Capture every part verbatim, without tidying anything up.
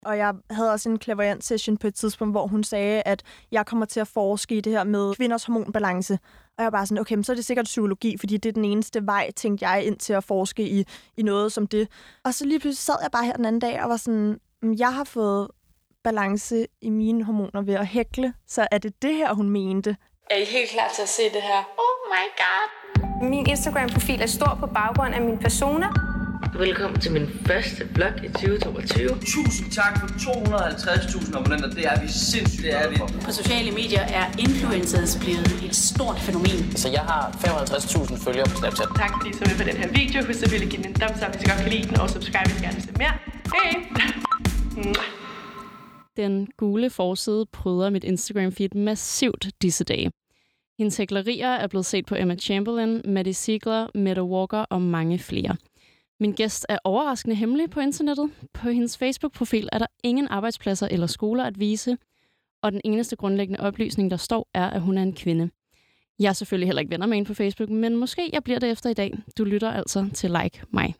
Og jeg havde også en clairvoyant session på et tidspunkt, hvor hun sagde, at jeg kommer til at forske i det her med kvinders hormonbalance. Og jeg var bare sådan, okay, men så er det sikkert psykologi, fordi det er den eneste vej, tænkte jeg, ind til at forske i, i noget som det. Og så lige pludselig sad jeg bare her den anden dag og var sådan, jeg har fået balance i mine hormoner ved at hækle, så er det det her, hun mente. Er I helt klar til at se det her? Oh my god! Min Instagram-profil er stor på baggrund af min persona. Velkommen til min første vlog i tyve toogtyve. Tusind tak for to hundrede og halvtreds tusind abonnenter. Det er vi sindssygt, det er vi. På sociale medier er influencers blevet et stort fænomen. Så jeg har femoghalvtreds tusind følgere på Snapchat. Tak fordi I så med på den her video. Husk selvfølgelig at give den en thumbs up, hvis I godt kan lide den, og subscribe, hvis I gerne vil se mere. Hej! Den gule forside pryder mit Instagram-feed massivt disse dage. Hendes hæklerier er blevet set på Emma Chamberlain, Maddie Ziegler, Mette Walker og mange flere. Min gæst er overraskende hemmelig på internettet. På hendes Facebook-profil er der ingen arbejdspladser eller skoler at vise, og den eneste grundlæggende oplysning, der står, er, at hun er en kvinde. Jeg er selvfølgelig heller ikke venner med hende på Facebook, men måske jeg bliver det efter i dag. Du lytter altså til Like mig.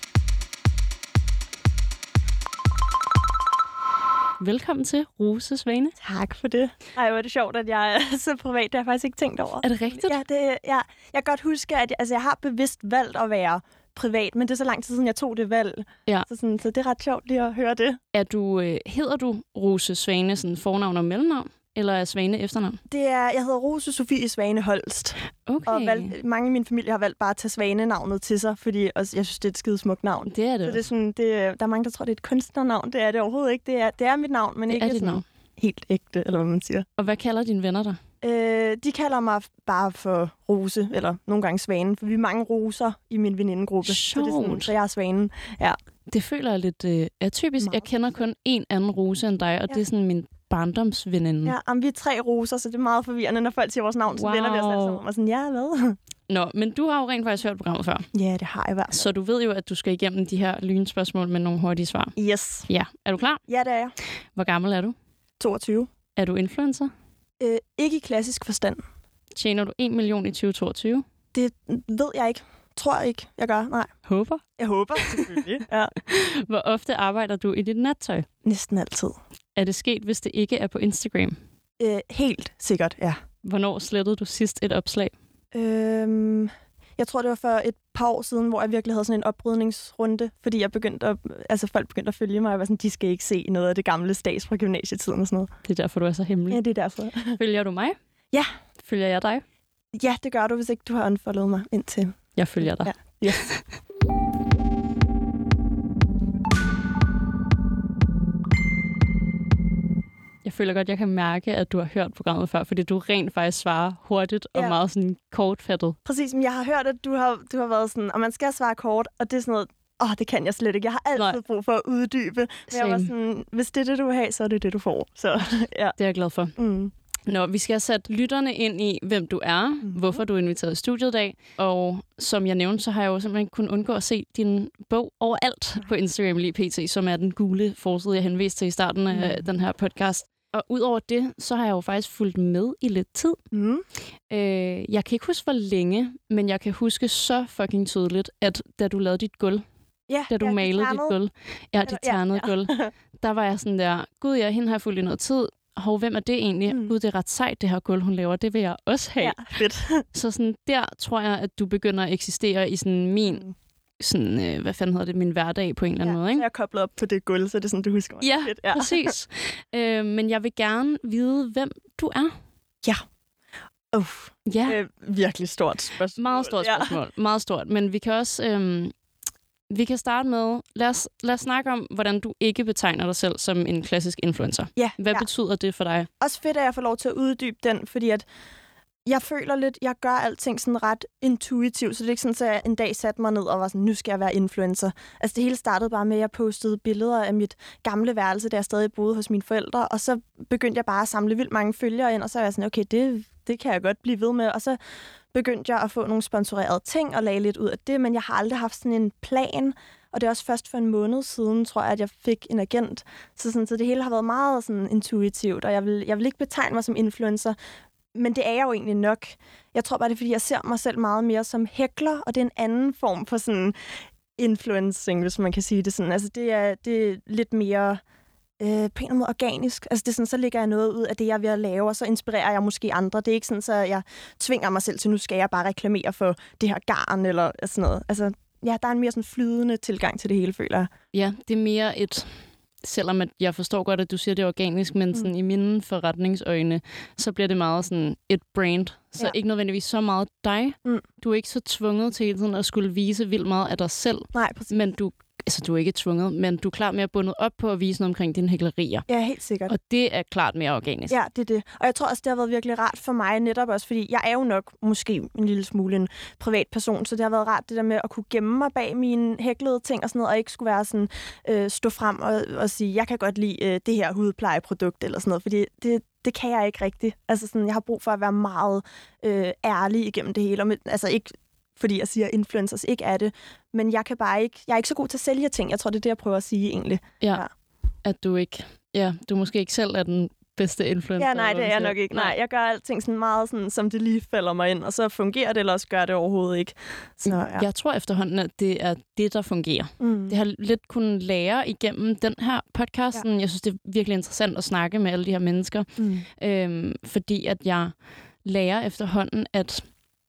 Velkommen til Rose Svane. Tak for det. Ej, hvor er det sjovt, at jeg er så privat. Det har jeg faktisk ikke tænkt over. Er det rigtigt? Ja, det, ja. Jeg kan godt huske, at jeg, altså, jeg har bevidst valgt at være privat, men det er så lang tid siden, jeg tog det valg. Ja. Så, sådan, så det er ret sjovt lige at høre det. Er du, øh, hedder du Rose Svane, sådan fornavn og mellemnavn? Eller er Svane efternavn? Det er, jeg hedder Rose Sofie Svane Holst. Okay. Og valgt, mange i min familie har valgt bare at tage Svane-navnet til sig, fordi også, jeg synes, det er et skide smukt navn. Det er det. Så det er sådan, det, der er mange, der tror, det er et kunstnernavn. Det er det overhovedet ikke. Det er, det er mit navn, men det ikke er dit sådan navn. Helt ægte, eller hvad man siger. Og hvad kalder dine venner dig? Øh, de kalder mig bare for Rose, eller nogle gange Svanen, for vi er mange roser i min venindegruppe. Så, det er sådan, så jeg er Svanen. Ja. Det føler jeg lidt øh, atypisk. Meget. Jeg kender kun én anden Rose end dig, og ja. Det er sådan min barndomsveninde. Ja, om vi er tre roser, så det er meget forvirrende, når folk siger vores navn, så wow. vender vi os alle sammen og sådan, ja, hvad? Nå, men du har jo rent faktisk hørt programmet før. Ja, det har jeg i hvert fald. Så du ved jo, at du skal igennem de her lynspørgsmål med nogle hurtige svar. Yes. Ja, er du klar? Ja, det er jeg. Hvor gammel er du? toogtyve. Er du influencer? Øh, ikke i klassisk forstand. Tjener du en million i tyve toogtyve? Det ved jeg ikke. Tror jeg ikke, jeg gør. Nej. Håber? Jeg håber, selvfølgelig. Ja. Hvor ofte arbejder du i dit nattøj? Næsten altid. Er det sket, hvis det ikke er på Instagram? Øh, helt sikkert, ja. Hvornår slettede du sidst et opslag? Øhm, jeg tror, det var for et par år siden, hvor jeg virkelig havde sådan en oprydningsrunde, fordi jeg begyndte at, altså folk begyndte at følge mig, og var sådan, de skal ikke se noget af det gamle stats fra gymnasietiden og sådan noget. Det er derfor, du er så hemmelig? Ja, det er derfor. Følger du mig? Ja. Følger jeg dig? Ja, det gør du, hvis ikke du har unfollowet mig indtil. Jeg følger dig. Ja. Yes. Jeg føler godt, jeg kan mærke, at du har hørt programmet før, fordi du rent faktisk svarer hurtigt og ja. meget sådan kortfattet. Præcis, men jeg har hørt, at du har, du har været sådan, og man skal svare kort, og det er sådan noget, åh, det kan jeg slet ikke. Jeg har altid Nej. brug for at uddybe. Men Same. jeg var sådan, hvis det er det, du vil have, så er det det, du får. Så, ja. Det er jeg glad for. Mm. Nå, vi skal have sat lytterne ind i, hvem du er, mm-hmm. hvorfor du er inviteret i studiet i dag, og som jeg nævnte, så har jeg jo simpelthen kunnet undgå at se din bog overalt på Instagram lige pt, som er den gule forside, jeg henviste til i starten af mm. den her podcast. Og udover det, så har jeg jo faktisk fulgt med i lidt tid. Mm. Øh, jeg kan ikke huske, hvor længe, men jeg kan huske så fucking tydeligt, at da du lavede dit gulv, ja, da du ja, malede dit gulv, ja, dit ternede ja, ja. gulv, der var jeg sådan der, gud, ja, hende har jeg fulgt i noget tid. Hov, hvem er det egentlig? Mm. Gud, det er ret sejt, det her gulv, hun laver. Det vil jeg også have. Ja, fedt. Så sådan, der tror jeg, at du begynder at eksistere i sådan min... Mm. Sådan, øh, hvad fanden hedder det, min hverdag på en eller anden ja, måde, ikke? Så jeg kobler op på det gulv, så det er sådan, du husker mig. Ja, fedt. Ja, præcis. øh, men jeg vil gerne vide, hvem du er. Ja. Uff. Ja. Øh, virkelig stort spørgsmål. Meget stort spørgsmål. Ja. Meget stort. Men vi kan også... Øh, vi kan starte med... Lad os, lad os snakke om, hvordan du ikke betegner dig selv som en klassisk influencer. Ja. Hvad ja. betyder det for dig? Også fedt, at jeg får lov til at uddybe den, fordi at jeg føler lidt, jeg gør alting sådan ret intuitivt, så det er ikke sådan, at jeg en dag satte mig ned og var sådan, nu skal jeg være influencer. Altså det hele startede bare med, at jeg postede billeder af mit gamle værelse, da jeg stadig boede hos mine forældre, og så begyndte jeg bare at samle vildt mange følgere ind, og så var jeg sådan, okay, det, det kan jeg godt blive ved med, og så begyndte jeg at få nogle sponsorerede ting og lagde lidt ud af det, men jeg har aldrig haft sådan en plan, og det er også først for en måned siden, tror jeg, at jeg fik en agent. Så, sådan, så det hele har været meget sådan intuitivt, og jeg vil, jeg vil ikke betegne mig som influencer, men det er jeg jo egentlig nok. Jeg tror bare, det er, fordi jeg ser mig selv meget mere som hækler, og det er en anden form for sådan influencing, hvis man kan sige det sådan. Altså, det er, det er lidt mere øh, på en eller anden måde organisk. Altså det er sådan, så lægger jeg noget ud af det, jeg er ved at lave, og så inspirerer jeg måske andre. Det er ikke sådan, så jeg tvinger mig selv til, nu skal jeg bare reklamere for det her garn, eller sådan noget. Altså, ja, der er en mere sådan flydende tilgang til det hele, føler jeg. Ja, det er mere et... Selvom at jeg forstår godt, at du siger, det er organisk, men sådan, mm. i mine forretningsøjne, så bliver det meget sådan et brand. Så ja. Ikke nødvendigvis så meget dig. Mm. Du er ikke så tvunget til hele tiden at skulle vise vildt meget af dig selv. Nej, præcis. Men du, altså, du er ikke tvunget, men du er klart mere bundet op på at vise noget omkring dine hæklerier. Ja, helt sikkert. Og det er klart mere organisk. Ja, det er det. Og jeg tror også, det har været virkelig rart for mig netop også, fordi jeg er jo nok måske en lille smule en privat person, så det har været rart det der med at kunne gemme mig bag mine hæklede ting og sådan noget, og ikke skulle være sådan, øh, stå frem og, og sige, jeg kan godt lide øh, det her hudplejeprodukt eller sådan noget, fordi det, det kan jeg ikke rigtigt. Altså sådan, jeg har brug for at være meget øh, ærlig igennem det hele, og med, altså ikke fordi jeg siger, at influencers ikke er det. Men jeg kan bare ikke, jeg er ikke så god til at sælge ting. Jeg tror, det er det, jeg prøver at sige egentlig. Ja, ja. At du ikke, ja, du måske ikke selv er den bedste influencer. Ja, nej, det er jeg nok ikke. Nej, jeg gør alting sådan meget, sådan, som det lige falder mig ind, og så fungerer det, eller også gør det overhovedet ikke. Så, ja. Jeg tror efterhånden, at det er det, der fungerer. Mm. Det har lidt kunnet lære igennem den her podcasten. Ja. Jeg synes, det er virkelig interessant at snakke med alle de her mennesker, mm. øhm, fordi at jeg lærer efterhånden, at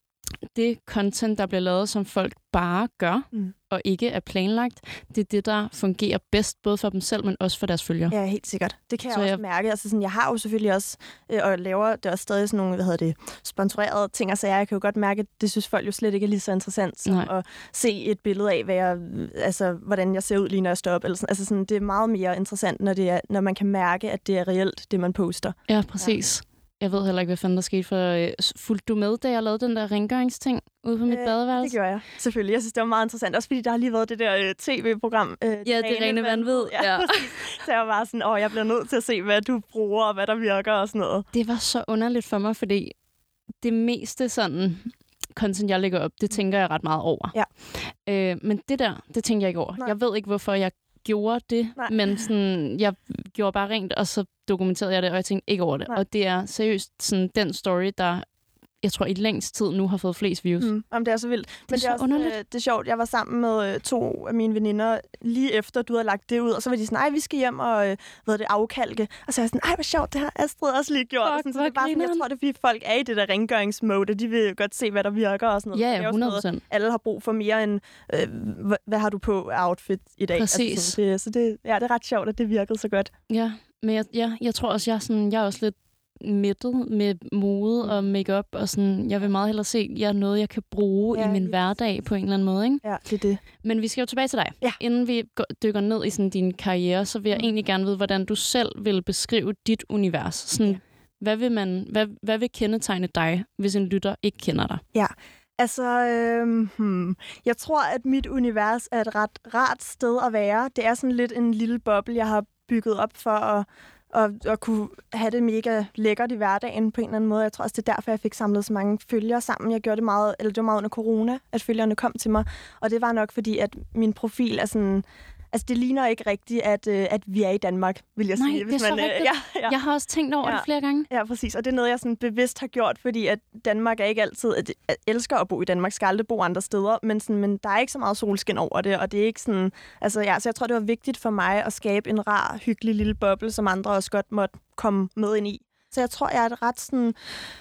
det content, der bliver lavet, som folk bare gør, mm. og ikke er planlagt, det er det, der fungerer bedst, både for dem selv, men også for deres følgere. Ja, helt sikkert. Det kan så jeg også jeg... mærke. Altså, sådan, jeg har jo selvfølgelig også, øh, og laver det også stadig sådan nogle, hvad hedder det, sponsorerede ting, så jeg kan jo godt mærke, at det synes folk jo slet ikke er lige så interessant, som Nej. At se et billede af, hvad jeg, altså, hvordan jeg ser ud lige når jeg står op. Eller sådan. Altså, sådan, det er meget mere interessant, når, det er, når man kan mærke, at det er reelt, det man poster. Ja, præcis. Ja. Jeg ved heller ikke, hvad fanden der skete, for øh, fulgte du med, da jeg lavede den der rengøringsting ude på mit øh, badeværelse? Det gjorde jeg, selvfølgelig. Jeg synes, det var meget interessant. Også fordi der har lige været det der øh, tv-program. Øh, ja, det er rene vanvid. Ja. Ja. Så jeg var bare sådan, åh, jeg bliver nødt til at se, hvad du bruger, og hvad der virker og sådan noget. Det var så underligt for mig, fordi det meste sådan content, jeg lægger op, det tænker jeg ret meget over. Ja. Øh, men det der, det tænker jeg ikke over. Nej. Jeg ved ikke, hvorfor jeg gjorde det, Nej. men sådan, jeg gjorde bare rent, og så dokumenterede jeg det, og jeg tænkte ikke over det. Nej. Og det er seriøst sådan, den story, der jeg tror i længst tid nu har fået flest views. Mm. Jamen, det er så vildt. Det Men er, det er også underligt. Øh, det er sjovt. Jeg var sammen med øh, to af mine veninder lige efter, du havde lagt det ud, og så var de sådan, nej, vi skal hjem og øh, hvad det, afkalke. Og så var jeg sådan, ej, hvor sjovt, det har Astrid også lige gjort. Fuck, sådan, så det er bare sådan, jeg tror, det er fordi folk er i det der rengøringsmode, de vil godt se, hvad der virker og sådan noget. Ja, ja, hundrede procent. Alle har brug for mere end, øh, hvad, hvad har du på outfit i dag? Præcis. Altså, sådan, det, så det, ja, det er ret sjovt, at det virkede så godt. Ja, men jeg, ja, jeg tror også, jeg er, sådan, jeg er også lidt mættet med mode og makeup og sådan. Jeg vil meget hellere se, at jeg er noget, jeg kan bruge ja, i min yes. hverdag på en eller anden måde. Ikke? Ja, det er det. Men vi skal jo tilbage til dig. Ja. Inden vi går, dykker ned i sådan, din karriere, så vil jeg mm. egentlig gerne vide, hvordan du selv vil beskrive dit univers. Sådan, ja. hvad, vil man, hvad, hvad vil kendetegne dig, hvis en lytter ikke kender dig? Ja, altså, øhm, hmm. jeg tror, at mit univers er et ret rart sted at være. Det er sådan lidt en lille boble, jeg har bygget op for at Og, og kunne have det mega lækkert i hverdagen på en eller anden måde. Jeg tror også, det er derfor, jeg fik samlet så mange følgere sammen. Jeg gjorde det meget, eller det var meget under corona, at følgerne kom til mig. Og det var nok fordi, at min profil er sådan... Altså, det ligner ikke rigtigt, at, øh, at vi er i Danmark, vil jeg Nej, sige. Hvis det er man, så øh, ja, ja. Jeg har også tænkt over ja. det flere gange. Ja, præcis. Og det er noget, jeg sådan bevidst har gjort, fordi at Danmark er ikke altid... At jeg elsker at bo i Danmark, skal aldrig bo andre steder, men, sådan, men der er ikke så meget solskin over det, og det er ikke sådan... Altså, ja, så jeg tror, det var vigtigt for mig at skabe en rar, hyggelig lille boble, som andre også godt måtte komme med ind i. Så jeg tror, jeg er et ret sådan...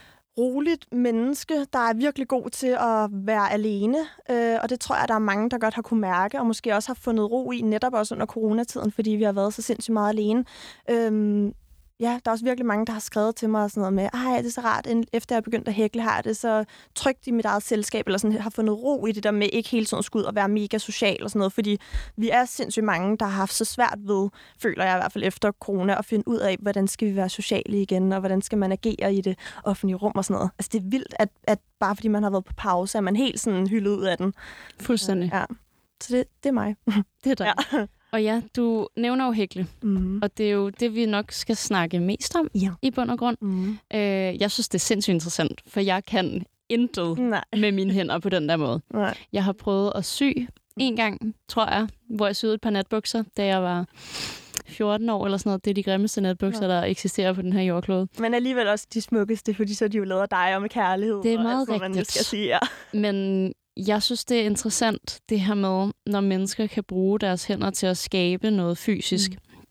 roligt menneske, der er virkelig god til at være alene, øh, og det tror jeg, der er mange, der godt har kunne mærke, og måske også har fundet ro i, netop også under coronatiden, fordi vi har været så sindssygt meget alene. Øhm, ja, der er også virkelig mange, der har skrevet til mig sådan noget med, ej, det er så rart, efter jeg er begyndt at hækle, har det så trygt i mit eget selskab, eller sådan, har fundet ro i det der med ikke hele tiden skulle ud og være mega social og sådan noget, fordi vi er sindssygt mange, der har haft så svært ved, føler jeg i hvert fald efter corona, at finde ud af, hvordan skal vi være sociale igen, og hvordan skal man agere i det offentlige rum og sådan noget. Altså det er vildt, at, at bare fordi man har været på pause, er man helt sådan hyldet ud af den. Fuldstændig. Ja. Så det, det er mig. Det er dig. Ja. Og ja, du nævner jo hækle, mm. og det er jo det, vi nok skal snakke mest om ja. i bund og grund. Mm. Øh, jeg synes, det er sindssygt interessant, for jeg kan intet Nej. med mine hænder på den der måde. Nej. Jeg har prøvet at sy en gang, tror jeg, hvor jeg syede et par natbukser, da jeg var fjorten år eller sådan noget. Det er de grimmeste natbukser, ja. der eksisterer på den her jordklode. Men alligevel også de smukkeste, fordi så de jo lavet dig og med kærlighed. Det er meget alt, rigtigt. Man skal sige, ja. Men jeg synes, det er interessant, det her med, når mennesker kan bruge deres hænder til at skabe noget fysisk.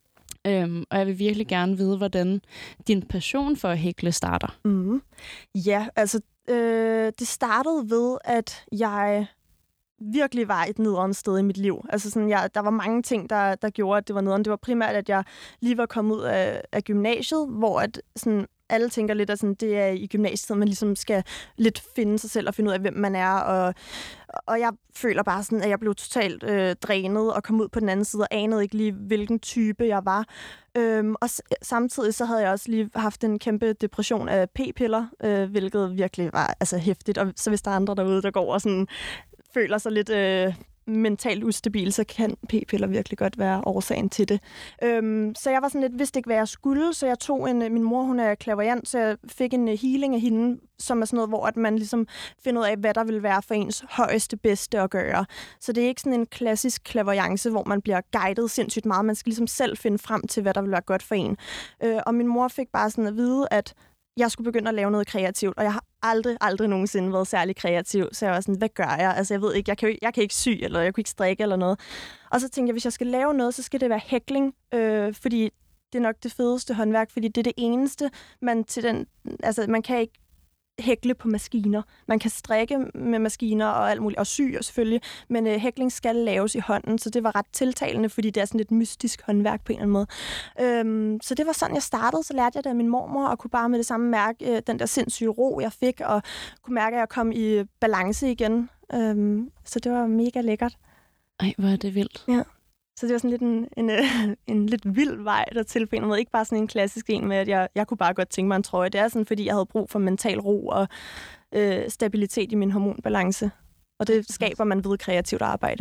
Øhm, og jeg vil virkelig gerne vide, hvordan din passion for at hækle starter. Mm. Ja, altså øh, det startede ved, at jeg virkelig var et nederen sted i mit liv. Altså sådan, jeg, der var mange ting, der, der gjorde, at det var nederen. Det var primært, at jeg lige var kommet ud af, af gymnasiet, hvor at, sådan, alle tænker lidt, at sådan, det er i gymnasiet, man ligesom skal lidt finde sig selv og finde ud af, hvem man er. Og, og jeg føler bare sådan, at jeg blev totalt øh, drænet og kom ud på den anden side og anede ikke lige, hvilken type jeg var. Øhm, og s- samtidig så havde jeg også lige haft en kæmpe depression af p-piller, øh, hvilket virkelig var altså hæftigt. Og så hvis der er andre derude, der går og sådan føler sig lidt øh, mentalt ustabil, så kan p-piller virkelig godt være årsagen til det. Øhm, så jeg var sådan lidt, vidste ikke, hvad jeg skulle, så jeg tog en, min mor, hun er clairvoyant, så jeg fik en healing af hende, som er sådan noget, hvor at man ligesom finder ud af, hvad der vil være for ens højeste bedste at gøre. Så det er ikke sådan en klassisk clairvoyance, hvor man bliver guidet sindssygt meget. Man skal ligesom selv finde frem til, hvad der vil være godt for en. Øh, og min mor fik bare sådan at vide, at jeg skulle begynde at lave noget kreativt, og jeg har aldrig, aldrig nogensinde været særlig kreativ, så jeg var sådan, hvad gør jeg? Altså, jeg ved ikke, jeg kan, jeg kan ikke sy, eller jeg kan ikke strikke, eller noget. Og så tænkte jeg, hvis jeg skal lave noget, så skal det være hækling, øh, fordi det er nok det fedeste håndværk, fordi det er det eneste, man til den, altså, man kan ikke hækle på maskiner. Man kan strikke med maskiner og alt muligt, og sy selvfølgelig, men øh, hækling skal laves i hånden, så det var ret tiltalende, fordi det er sådan et mystisk håndværk på en eller anden måde. Øhm, så det var sådan, jeg startede. Så lærte jeg det af min mormor, og kunne bare med det samme mærke øh, den der sindssyge ro, jeg fik, og kunne mærke, at jeg kom i balance igen. Øhm, så det var mega lækkert. Ej, hvor er det vildt. Ja. Så det var sådan lidt en, en, en, en lidt vild vej dertil på en måde. Ikke bare sådan en klassisk en med, at jeg, jeg kunne bare godt tænke mig en trøje. Det er sådan, fordi jeg havde brug for mental ro og øh, stabilitet i min hormonbalance. Og det skaber man ved kreativt arbejde.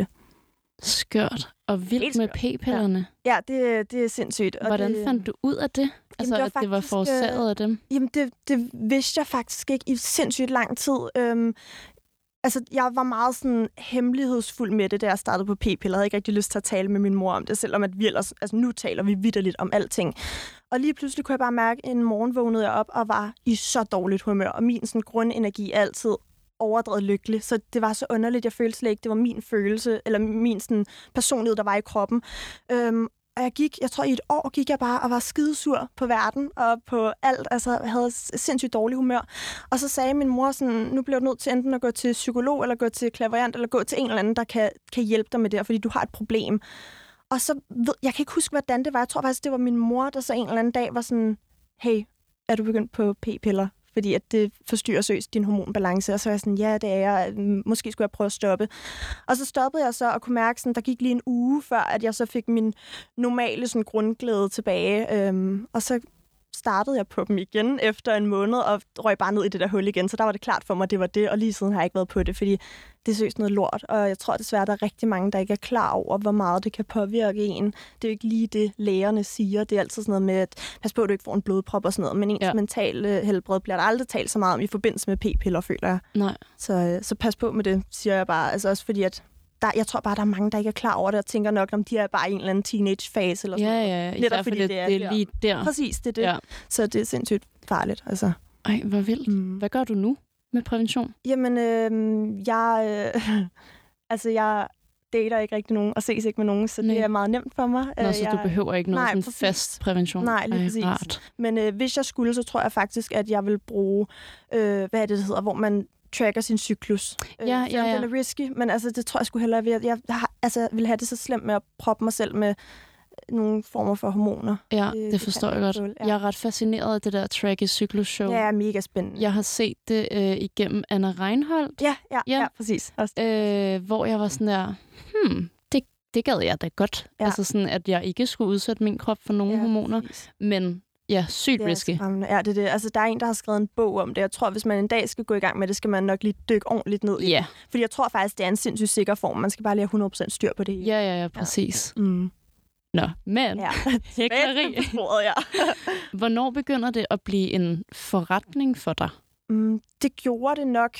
Skørt. Og vildt Helt med skørt. p-pillerne. Ja, ja det, det er sindssygt. Og Hvordan det, fandt du ud af det? Altså, det var at det var faktisk, forårsaget af dem? Jamen, det, det vidste jeg faktisk ikke i sindssygt lang tid. Øhm, Altså, jeg var meget sådan hemmelighedsfuld med det, da jeg startede på p-piller. Jeg havde ikke rigtig lyst til at tale med min mor om det, selvom at vi ellers, altså nu taler vi vitterligt om alting. Og lige pludselig kunne jeg bare mærke, at en morgen vågnede jeg op og var i så dårligt humør, og min sådan grundenergi er altid overdrevet lykkelig. Så det var så underligt. Jeg følte slet ikke, det var min følelse, eller min sådan personlighed, der var i kroppen. Øhm, Og jeg gik, jeg tror i et år gik jeg bare og var skidesur på verden og på alt. Altså jeg havde sindssygt dårlig humør. Og så sagde min mor sådan, nu bliver du nødt til enten at gå til psykolog, eller gå til clairvoyant, eller gå til en eller anden, der kan, kan hjælpe dig med det, fordi du har et problem. Og så, ved, jeg kan ikke huske, hvordan det var. Jeg tror faktisk, det var min mor, der så en eller anden dag var sådan, hey, er du begyndt på p-piller? Fordi at det forstyrrer søs din hormonbalance. Og så var jeg sådan, ja, det er jeg. Måske skulle jeg prøve at stoppe. Og så stoppede jeg så og kunne mærke, sådan, der gik lige en uge, før at jeg så fik min normale sådan, grundglæde tilbage. Øhm, og så startede jeg på dem igen efter en måned, og røg bare ned i det der hul igen. Så der var det klart for mig, at det var det. Og lige siden har jeg ikke været på det, fordi det er søs noget lort. Og jeg tror desværre, der er rigtig mange, der ikke er klar over, hvor meget det kan påvirke en. Det er jo ikke lige det, lægerne siger. Det er altid sådan noget med, at pas på, at du ikke får en blodprop og sådan noget. Men ens ja. mentale helbred bliver der aldrig talt så meget om i forbindelse med p-piller, føler jeg. Nej. Så, så pas på med det, siger jeg bare. Altså også fordi, at der, jeg tror bare, der er mange, der ikke er klar over det, og tænker nok, om de er bare i en eller anden teenage-fase. Eller sådan ja, ja, ja. Netop fordi det, det er, det er lige der. Præcis, det er det. Ja. Så det er sindssygt farligt. Altså. Ej, hvor vildt. Mm. Hvad gør du nu med prævention? Jamen, øh, jeg... Øh, altså, jeg dater ikke rigtig nogen, og ses ikke med nogen, så Nej. det er meget nemt for mig. Nå, så jeg, du behøver ikke noget nej, sådan præcis. fast prævention? Nej, lige Ej, præcis. Rart. Men øh, hvis jeg skulle, så tror jeg faktisk, at jeg vil bruge, øh, hvad er det, det hedder, hvor man tracker sin cyklus. Ja, ja, ja. Den er risky, men altså, det tror jeg sgu hellere ved. Jeg, jeg har, altså, vil have det så slemt med at proppe mig selv med nogle former for hormoner. Ja, det, det forstår jeg godt. Ja. Jeg er ret fascineret af det der Track Cyklus Show. Ja, mega spændende. Jeg har set det øh, igennem Anna Reinholdt. Ja, ja, ja. ja. ja præcis. Øh, hvor jeg var sådan der, hmm, det, det gad jeg da godt. Ja. Altså sådan, at jeg ikke skulle udsætte min krop for nogle ja, hormoner, præcis. Men ja, sygt risky. Ja, det er det. Altså, der er en, der har skrevet en bog om det. Jeg tror, hvis man en dag skal gå i gang med det, skal man nok lige dykke ordentligt ned i ja. det. Fordi jeg tror faktisk, det er en sindssygt sikker form. Man skal bare lige have hundrede procent styr på det. Ja, ja, ja, præcis. Ja. Mm. Nå, men ja. hækleri. ja. Hvornår begynder det at blive en forretning for dig? Mm, det gjorde det nok.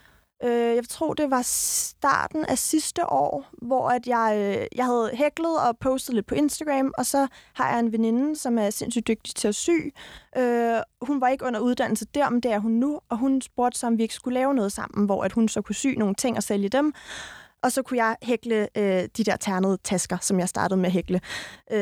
Øh, jeg tror, det var starten af sidste år, hvor at jeg, øh, jeg havde hæklet og postet lidt på Instagram, og så har jeg en veninde, som er sindssygt dygtig til at sy. Øh, hun var ikke under uddannelse der, men det er hun nu, og hun spurgte så, om vi ikke skulle lave noget sammen, hvor at hun så kunne sy nogle ting og sælge dem. Og så kunne jeg hækle øh, de der ternede tasker, som jeg startede med at hækle. Øh,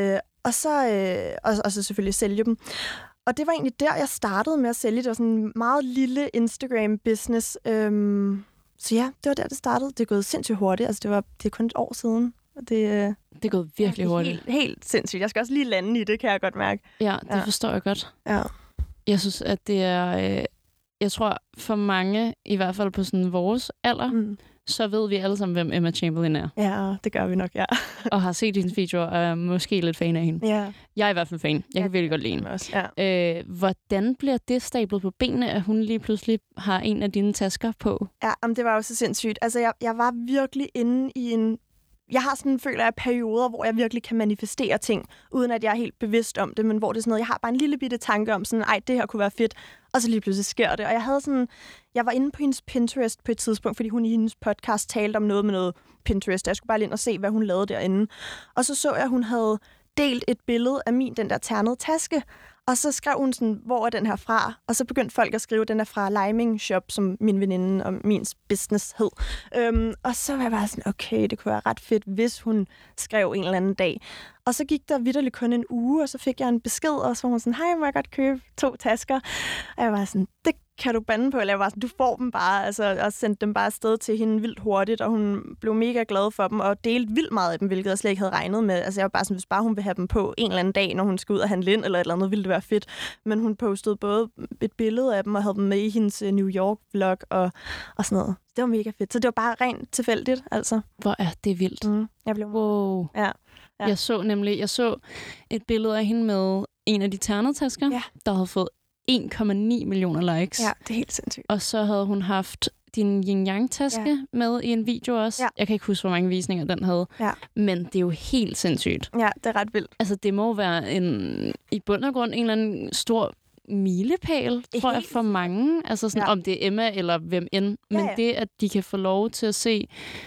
og, så, øh, og, og så selvfølgelig sælge dem. Og det var egentlig der, jeg startede med at sælge. Det var sådan en meget lille Instagram-business. Øhm, så ja, det var der, det startede. Det er gået sindssygt hurtigt. Altså, det var det er kun et år siden. Det, øh, det er gået virkelig hurtigt. Helt, helt sindssygt. Jeg skal også lige lande i det, kan jeg godt mærke. Ja, det ja. forstår jeg godt. Ja. Jeg synes, at det er... Øh, jeg tror, for mange, i hvert fald på sådan vores alder, mm. så ved vi alle sammen, hvem Emma Chamberlain er. Ja, det gør vi nok, ja. Og har set hendes videoer, og er måske lidt fan af hende. Ja. Jeg er i hvert fald fan. Jeg ja, kan virkelig godt lide hende. Også, ja. øh, hvordan bliver det stablet på benene, at hun lige pludselig har en af dine tasker på? Ja, men det var jo så sindssygt. Altså, jeg, jeg var virkelig inde i en... Jeg har sådan, føler jeg, perioder, hvor jeg virkelig kan manifestere ting, uden at jeg er helt bevidst om det, men hvor det er sådan noget, jeg har bare en lille bitte tanke om sådan, ej, det her kunne være fedt, og så lige pludselig sker det. Og jeg havde sådan, jeg var inde på hendes Pinterest på et tidspunkt, fordi hun i hendes podcast talte om noget med noget Pinterest. Jeg skulle bare lige ind og se, hvad hun lavede derinde. Og så så jeg, at hun havde delt et billede af min, den der ternede taske, og så skrev hun sådan, hvor er den her fra? Og så begyndte folk at skrive, at den er fra Liming Shop, som min veninde og min business hed. Øhm, og så var jeg bare sådan, okay, det kunne være ret fedt, hvis hun skrev en eller anden dag. Og så gik der vitterligt kun en uge, og så fik jeg en besked, og så var hun sådan, hej, må jeg godt købe to tasker? Og jeg var sådan, det kan du bande på, eller jeg var sådan, du får dem bare, altså, og sendte dem bare afsted til hende vildt hurtigt, og hun blev mega glad for dem, og delte vildt meget af dem, hvilket jeg slet ikke havde regnet med. Altså jeg var bare sådan, hvis bare hun vil have dem på en eller anden dag, når hun skal ud og handle ind, eller et eller andet, ville det være fedt. Men hun postede både et billede af dem, og havde dem med i hendes New York-vlog, og, og sådan noget. Det var mega fedt. Så det var bare rent tilfældigt, altså. Hvor er det vildt. Mm, jeg blev wow. Ja. Ja. Jeg så nemlig, jeg så et billede af hende med en af de ternetasker, ja. der havde fået en komma ni millioner likes. Ja, det er helt sindssygt. Og så havde hun haft din yin-yang-taske ja. med i en video også. Ja. Jeg kan ikke huske, hvor mange visninger den havde. Ja. Men det er jo helt sindssygt. Ja, det er ret vildt. Altså, det må være en, i bund og grund en eller anden stor milepæl, tror jeg, for mange. Altså, sådan, ja. om det er Emma eller hvem end. Men ja, ja. det, at de kan få lov til at se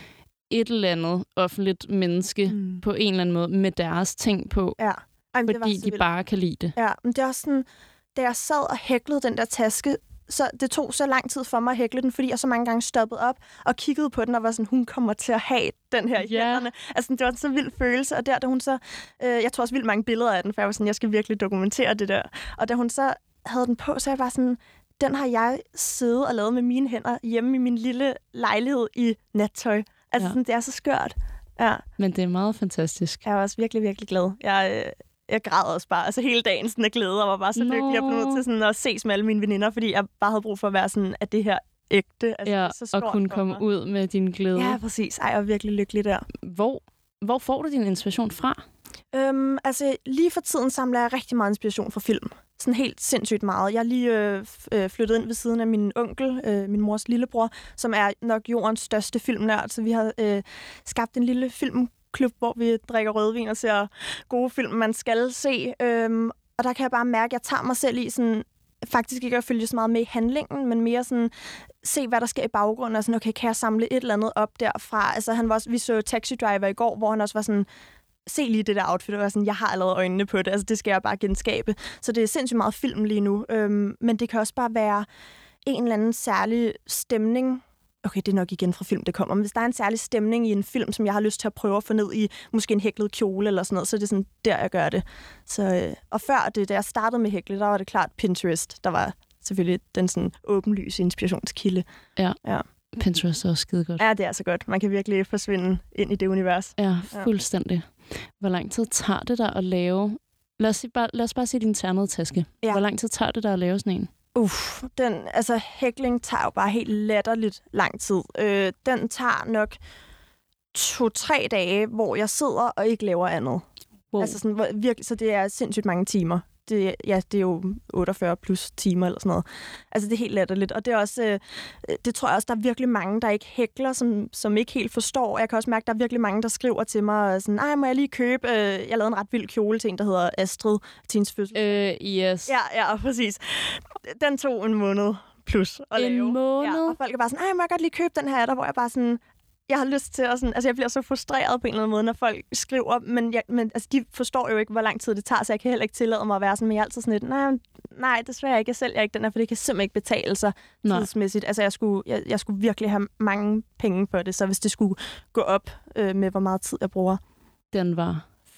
et eller andet offentligt menneske mm. på en eller anden måde med deres ting på, ja. Ej, fordi de vildt. bare kan lide det. Ja, men det er også sådan, da jeg sad og hæklede den der taske, så det tog så lang tid for mig at hækle den, fordi jeg så mange gange stoppede op og kiggede på den og var sådan, hun kommer til at have den her i yeah. hænderne. Altså, det var en så vild følelse, og der, da hun så, øh, jeg tror også vildt mange billeder af den, for jeg var sådan, jeg skal virkelig dokumentere det der. Og da hun så havde den på, så jeg var sådan, den har jeg siddet og lavet med mine hænder hjemme i min lille lejlighed i nattøj. Altså, ja. sådan, det er så skørt. Ja. Men det er meget fantastisk. Jeg er også virkelig, virkelig glad. Jeg, øh, jeg græd også bare, altså hele dagen sådan af glæde, og var bare så lykkelig. Jeg blev nødt til sådan at ses med alle mine veninder, fordi jeg bare havde brug for at være sådan, at det her ægte. Altså, ja, så og kunne komme mig. ud med din glæde. Ja, præcis. Ej, jeg er virkelig lykkelig der. Hvor, hvor får du din inspiration fra? Øhm, altså, lige for tiden samler jeg rigtig meget inspiration fra film. Sådan helt sindssygt meget. Jeg er lige øh, flyttet ind ved siden af min onkel, øh, min mors lillebror, som er nok jordens største filmnørd. Så vi har øh, skabt en lille filmklub, hvor vi drikker rødvin og ser gode film, man skal se. Øhm, og der kan jeg bare mærke, at jeg tager mig selv i sådan, faktisk ikke at følge så meget med i handlingen, men mere sådan se, hvad der sker i baggrunden, og sådan, okay, kan jeg samle et eller andet op derfra? Altså, han var også, vi så Taxi Driver i går, hvor han også var sådan, se lige det der outfit, og var sådan, jeg har allerede øjnene på det, altså det skal jeg bare genskabe. Så det er sindssygt meget film lige nu, øhm, men det kan også bare være en eller anden særlig stemning. Okay, det er nok igen fra film, det kommer, men hvis der er en særlig stemning i en film, som jeg har lyst til at prøve at få ned i måske en hæklet kjole eller sådan noget, så er det sådan, der jeg gør det. Så, øh, og før det, da jeg startede med hækle, der var det klart Pinterest, der var selvfølgelig den sådan åbenlyse inspirationskilde. Ja. Ja. Pinterest er også skide godt. Ja, det er så godt. Man kan virkelig forsvinde ind i det univers. Ja, fuldstændig. Hvor lang tid tager det dig at lave... Lad os, bare, lad os bare sige din ternede taske. Ja. Hvor lang tid tager det dig at lave sådan en? Uff, den, altså hækling tager jo bare helt latterligt lang tid. Øh, den tager nok to-tre dage, hvor jeg sidder og ikke laver andet. Wow. Altså sådan, hvor, virkelig, så det er sindssygt mange timer. Det, ja, det er jo otteogfyrre plus timer eller sådan noget. Altså, det er helt latterligt. Og det er også, øh, det tror jeg også, der er virkelig mange, der ikke hækler, som, som ikke helt forstår. Jeg kan også mærke, der er virkelig mange, der skriver til mig, sådan, ej, må jeg lige købe? Øh, jeg lavede en ret vild kjole til en, der hedder Astrid, til hendes fødsel. Øh, yes. Ja, ja, præcis. Den tog en måned plus at en lave. En måned? Ja, og folk er bare sådan, ej, må jeg godt lige købe den her af dig, hvor jeg bare sådan... Jeg har lyst til at sådan, altså jeg bliver så frustreret på en eller anden måde, når folk skriver, men, jeg, men altså, de forstår jo ikke, hvor lang tid det tager, så jeg kan heller ikke tillade mig at være sådan, men jeg er altid sådan lidt, nej, nej, desværre ikke, jeg sælger ikke den her, for det kan simpelthen ikke betale sig nej. tidsmæssigt. Altså jeg skulle, jeg, jeg skulle virkelig have mange penge for det, så hvis det skulle gå op øh, med, hvor meget tid jeg bruger. Den var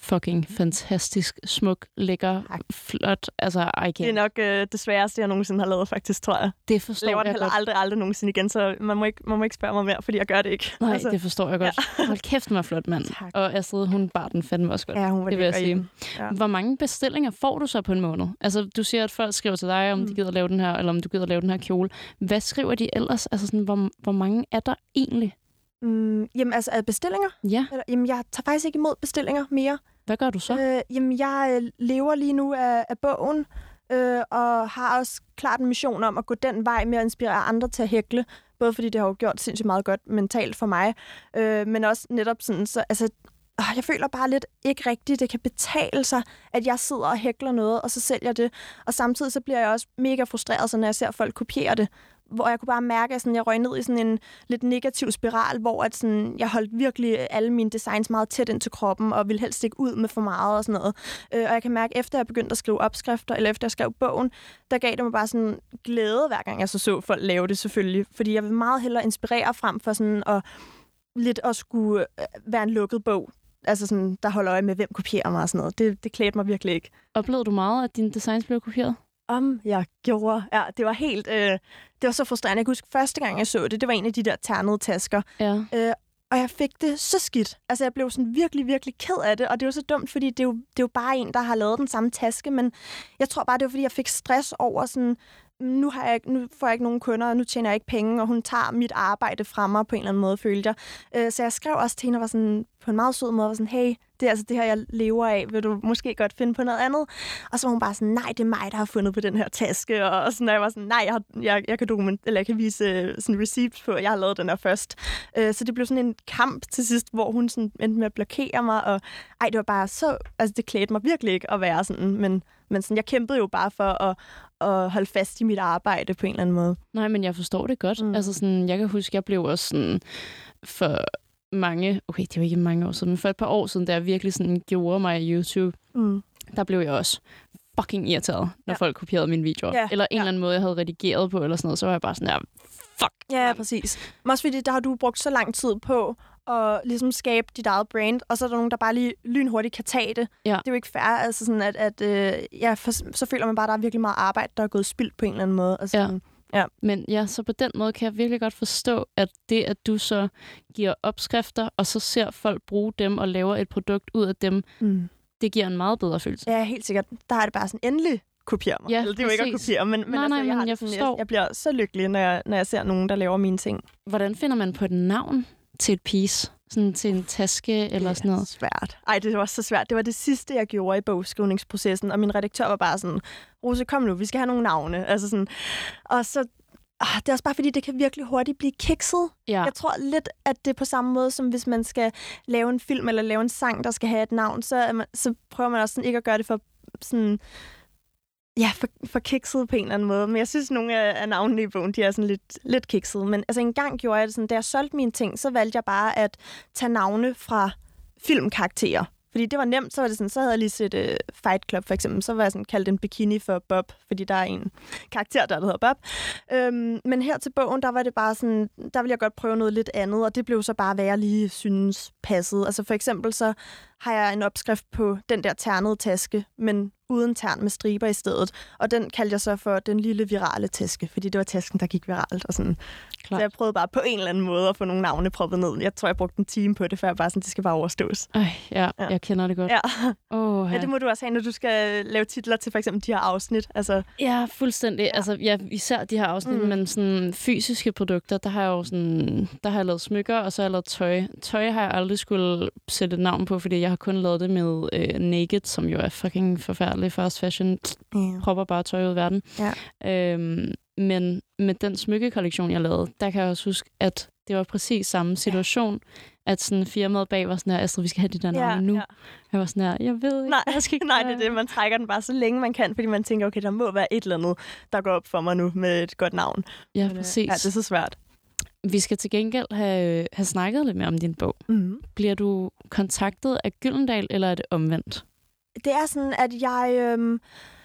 fucking fantastisk, smuk, lækker, tak. Flot. Altså, I can't. Det er nok øh, det sværeste, jeg nogensinde har lavet, faktisk, tror jeg. Det forstår laver jeg den heller godt. aldrig, aldrig nogensinde igen, så man må ikke, man må ikke spørge mig mere, fordi jeg gør det ikke. Nej, altså. Det forstår jeg godt. Ja. Hold kæft, mig flot, mand. Tak. Og Astrid, hun bar den fandme også godt. Ja, hun var det vil jeg sige. Ja. Hvor mange bestillinger får du så på en måned? Altså, du siger, at folk skriver til dig, om mm. de gider lave den her, eller om du gider lave den her kjole. Hvad skriver de ellers? Altså, sådan, hvor, hvor mange er der egentlig? Mm, jamen, altså, er bestillinger? Ja. Eller, jamen, jeg tager faktisk ikke imod bestillinger mere. Hvad gør du så? Øh, jamen, jeg øh, lever lige nu af, af bogen, øh, og har også klart en mission om at gå den vej med at inspirere andre til at hækle. Både fordi det har jo gjort sindssygt meget godt mentalt for mig, øh, men også netop sådan, så altså, øh, jeg føler bare lidt ikke rigtigt, det kan betale sig, at jeg sidder og hækler noget, og så sælger det. Og samtidig så bliver jeg også mega frustreret, så når jeg ser folk kopiere det, hvor jeg kunne bare mærke, at sådan, jeg røg ned i sådan en lidt negativ spiral, hvor at sådan, jeg holdt virkelig alle mine designs meget tæt ind til kroppen, og ville helst ikke ud med for meget og sådan noget. Øh, og jeg kan mærke, efter jeg begyndte at skrive opskrifter, eller efter jeg skrev bogen, der gav det mig bare sådan glæde, hver gang jeg så så folk lave det selvfølgelig. Fordi jeg vil meget hellere inspirere frem for sådan at lidt at skulle være en lukket bog. Altså sådan, der holder øje med, hvem kopierer mig og sådan noget. Det, det klædte mig virkelig ikke. Oplevede du meget, at dine designs blev kopieret? Om jeg gjorde. Ja, det var helt... Øh, det var så frustrerende. Jeg kan huske, første gang jeg så det, det var en af de der ternede tasker. Ja. Øh, og jeg fik det så skidt. Altså, jeg blev sådan virkelig, virkelig ked af det. Og det var så dumt, fordi det er jo, det er jo bare en, der har lavet den samme taske. Men jeg tror bare, det var, fordi jeg fik stress over sådan... Nu, har jeg, nu får jeg ikke nogen kunder, og nu tjener jeg ikke penge, og hun tager mit arbejde fra mig på en eller anden måde, følte jeg. Øh, så jeg skrev også til hende, og var sådan, på en meget sød måde, var sådan, hey, det er altså det her, jeg lever af. Vil du måske godt finde på noget andet? Og så var hun bare sådan, nej, det er mig, der har fundet på den her taske. Og, og sådan, og jeg var sådan, nej, jeg, har, jeg, jeg, kan dokument, eller jeg kan vise sådan receipts på, at jeg har lavet den her først. Øh, så det blev sådan en kamp til sidst, hvor hun sådan endte med at blokere mig. Og ej, det var bare så... Altså, det klædte mig virkelig ikke at være sådan, men... Men sådan, jeg kæmpede jo bare for at, at holde fast i mit arbejde på en eller anden måde. Nej, men jeg forstår det godt. Mm. Altså sådan, jeg kan huske, jeg blev også sådan for mange, okay, det var ikke mange år siden, men for et par år siden, da jeg virkelig sådan gjorde mig i YouTube, mm. der blev jeg også fucking irriteret, når ja. folk kopierede mine videoer. Ja. Eller en ja. eller anden måde, jeg havde redigeret på, eller sådan noget, så var jeg bare sådan der, fuck. Ja, præcis. Men også fordi, der har du brugt så lang tid på og ligesom skabe dit eget brand, og så er der nogen, der bare lige lynhurtigt kan tage det. Ja. Det er jo ikke fair, altså sådan, at, at øh, ja, for, så føler man bare, at der er virkelig meget arbejde, der er gået spildt på en eller anden måde. Altså, ja. Ja. Men ja, så på den måde kan jeg virkelig godt forstå, at det, at du så giver opskrifter, og så ser folk bruge dem og laver et produkt ud af dem, mm. det giver en meget bedre følelse. Ja, helt sikkert. Der er det bare sådan, endelig kopiere mig. Ja, Eller det er jo ikke at kopiere, men, men, nej, altså, nej, jeg, har men jeg, sådan, forstår. Jeg, jeg bliver så lykkelig, når jeg, når jeg ser nogen, der laver mine ting. Hvordan finder man på et navn til et piece? Sådan til en taske eller sådan noget? Det er svært. Ej, det var så svært. Det var det sidste, jeg gjorde i bogskrivningsprocessen, og min redaktør var bare sådan, Rose, kom nu, vi skal have nogle navne. Altså sådan, og så ah, det er også bare fordi, det kan virkelig hurtigt blive kikset. Ja. Jeg tror lidt, at det er på samme måde, som hvis man skal lave en film eller lave en sang, der skal have et navn, så, man, så prøver man også sådan ikke at gøre det for sådan... Ja, for, for kikset på en eller anden måde. Men jeg synes, nogle af, af navnene i bogen, de er sådan lidt, lidt kiksede. Men altså, en gang gjorde jeg det sådan, da jeg solgte mine ting, så valgte jeg bare at tage navne fra filmkarakterer. Fordi det var nemt, så var det sådan, så havde jeg lige set uh, Fight Club for eksempel, så var jeg sådan kaldt en bikini for Bob, fordi der er en karakter, der, der hedder Bob. Øhm, men her til bogen, der var det bare sådan, der ville jeg godt prøve noget lidt andet, og det blev så bare, hvad jeg lige synes passede. Altså for eksempel så har jeg en opskrift på den der ternede taske, men uden tern med striber i stedet. Og den kaldte jeg så for den lille virale taske, fordi det var tasken, der gik viralt. Og sådan. Så jeg prøvede bare på en eller anden måde at få nogle navne proppet ned. Jeg tror, jeg brugte en time på det, før jeg bare sådan, det skal bare overstås. Ej, ja, ja. Jeg kender det godt. Ja. Oh, ja. Ja, det må du også have, når du skal lave titler til for eksempel de her afsnit. Altså, ja, fuldstændig. Ja. Altså, ja, især de her afsnit, mm. men sådan fysiske produkter, der har jeg jo sådan, der har jeg lavet smykker, og så har jeg lavet tøj. Tøj har jeg aldrig skulle sætte et navn på, fordi jeg har kun lavet det med øh, Naked, som jo er fucking forfærdelig fast fashion. Yeah. Propper bare tøj ud i verden. Yeah. Øhm, men med den smykkekollektion, jeg lavede, der kan jeg også huske, at det var præcis samme situation, yeah. at sådan firmaet bag var sådan her, Astrid, vi skal have det der navn yeah, nu. Yeah. Jeg var sådan her, jeg ved ikke, nej, jeg skal ikke nej, det er det. Man trækker den bare så længe man kan, fordi man tænker, okay, der må være et eller andet, der går op for mig nu med et godt navn. Ja, men, præcis. Ja, det er så svært. Vi skal til gengæld have, have snakket lidt mere om din bog. Mm. Bliver du kontaktet af Gyldendal, eller er det omvendt? Det er sådan, at jeg... Øhm,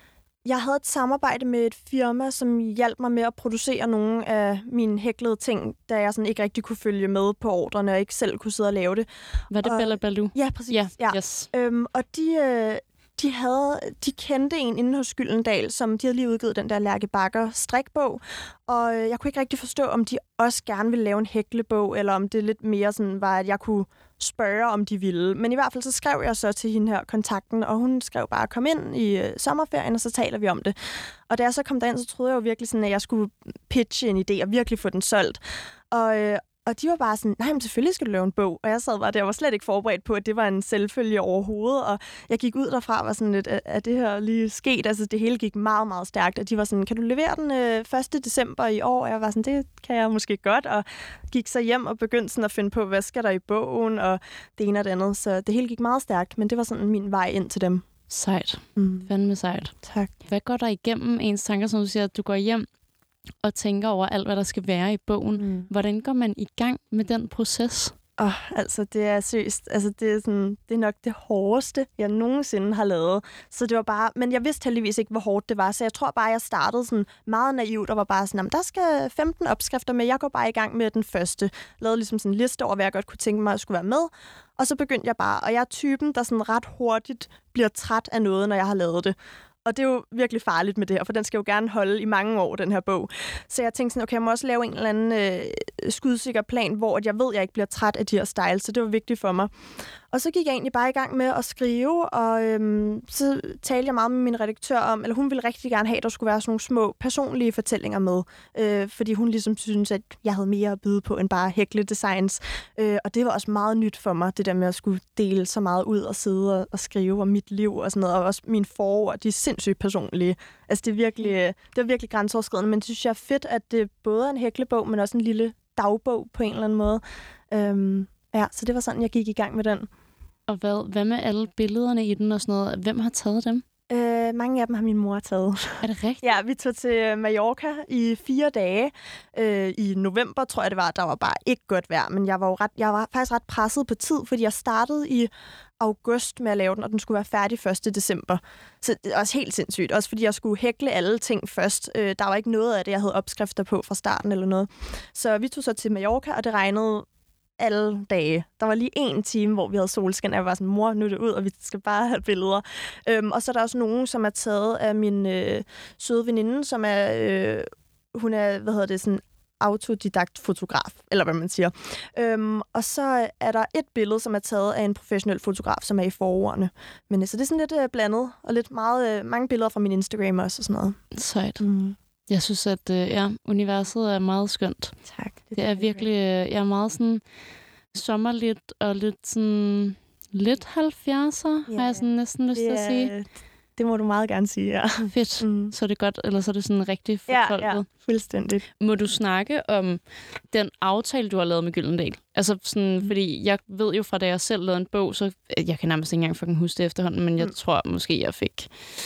jeg havde et samarbejde med et firma, som hjalp mig med at producere nogle af mine hæklede ting, da jeg sådan ikke rigtig kunne følge med på ordrene og ikke selv kunne sidde og lave det. Var det og, Bella Baloo? Ja, præcis. Ja, ja. yes. Øhm, og de, øh, de, havde, de kendte en inde hos Gyldendal, som de havde lige udgivet den der Lærke Bagger strikbog. Og øh, jeg kunne ikke rigtig forstå, om de også gerne ville lave en hæklebog, eller om det lidt mere sådan var, at jeg kunne spørge, om de ville. Men i hvert fald så skrev jeg så til hende her kontakten, og hun skrev bare, kom ind i øh, sommerferien, og så taler vi om det. Og da jeg så kom derind, så troede jeg jo virkelig sådan, at jeg skulle pitche en idé og virkelig få den solgt. Og, øh, og de var bare sådan, nej, men selvfølgelig skal du lave en bog. Og jeg sad bare der og var slet ikke forberedt på, at det var en selvfølge overhovedet. Og jeg gik ud derfra og var sådan lidt, at det her lige sket. Altså det hele gik meget, meget stærkt. Og de var sådan, kan du levere den øh, første december i år? Og jeg var sådan, det kan jeg måske godt. Og gik så hjem og begyndte sådan at finde på, hvad skal der i bogen? Og det ene og det andet. Så det hele gik meget stærkt. Men det var sådan min vej ind til dem. Sejt. Mm. Fandme sejt. Tak. Hvad går der igennem ens tanker, som du siger, at du går hjem og tænker over alt, hvad der skal være i bogen? Mm. Hvordan går man i gang med den proces? Åh, oh, altså det er seriøst. Altså det er sådan, det er nok det hårdeste, jeg nogensinde har lavet. Så det var bare, men jeg vidste heldigvis ikke, hvor hårdt det var. Så jeg tror bare, jeg startede sådan meget naivt og var bare sådan, der skal femten opskrifter med. Jeg går bare i gang med den første. Lavede ligesom sådan en liste over, hvad jeg godt kunne tænke mig at skulle være med. Og så begyndte jeg bare, og jeg er typen, der sådan ret hurtigt bliver træt af noget, når jeg har lavet det. Og det er jo virkelig farligt med det her, for den skal jo gerne holde i mange år, den her bog. Så jeg tænkte sådan, okay, jeg må også lave en eller anden øh, skudsikker plan, hvor jeg ved, at jeg ikke bliver træt af de her styles, så det var vigtigt for mig. Og så gik jeg egentlig bare i gang med at skrive, og øhm, så talte jeg meget med min redaktør om, eller hun ville rigtig gerne have, at der skulle være sådan nogle små personlige fortællinger med, øh, fordi hun ligesom synes, at jeg havde mere at byde på end bare hækle designs. Øh, og det var også meget nyt for mig, det der med at skulle dele så meget ud og sidde og, og skrive om mit liv og sådan noget, og også mine forord, de er sindssygt personlige. Altså det er virkelig, det er virkelig grænseoverskridende, men det synes jeg er fedt, at det både er en hæklebog, men også en lille dagbog på en eller anden måde. Øhm, ja, så det var sådan, jeg gik i gang med den. Og hvad, hvad med alle billederne i den og sådan noget? Hvem har taget dem? Øh, mange af dem har min mor taget. Er det rigtigt? Ja, vi tog til Mallorca i fire dage. Øh, I november, tror jeg det var, der var bare ikke godt vejr, men jeg var jo ret, jeg var faktisk ret presset på tid, fordi jeg startede i august med at lave den, og den skulle være færdig første december. Så det er også helt sindssygt. Også fordi jeg skulle hækle alle ting først. Øh, der var ikke noget af det, jeg havde opskrifter på fra starten eller noget. Så vi tog så til Mallorca, og det regnede alle dage. Der var lige en time, hvor vi havde solskin, og jeg var sådan, mor, nu er det ud, og vi skal bare have billeder. Øhm, og så er der også nogen, som er taget af min øh, søde veninde, som er, øh, hun er, hvad hedder det, sådan autodidakt fotograf, eller hvad man siger. Øhm, og så er der et billede, som er taget af en professionel fotograf, som er i forordene. Men så det er sådan lidt øh, blandet, og lidt meget, øh, mange billeder fra min Instagram også og sådan noget. Sejt. Mm. Jeg synes, at øh, ja, universet er meget skønt. Tak. Det, det er virkelig, øh, jeg er meget sådan sommerligt og lidt sådan, lidt halvfjerdser, yeah. har jeg sådan næsten lyst til at sige. Det må du meget gerne sige, ja. Fedt. Mm. Så er det godt, eller så er det sådan rigtig fortolket. Ja, ja, fuldstændigt. Må du snakke om den aftale, du har lavet med Gyldendal? Altså sådan, mm. fordi jeg ved jo fra, da jeg selv lavede en bog, så jeg kan nærmest ikke engang fucking huske det efterhånden, men jeg mm. tror måske, jeg fik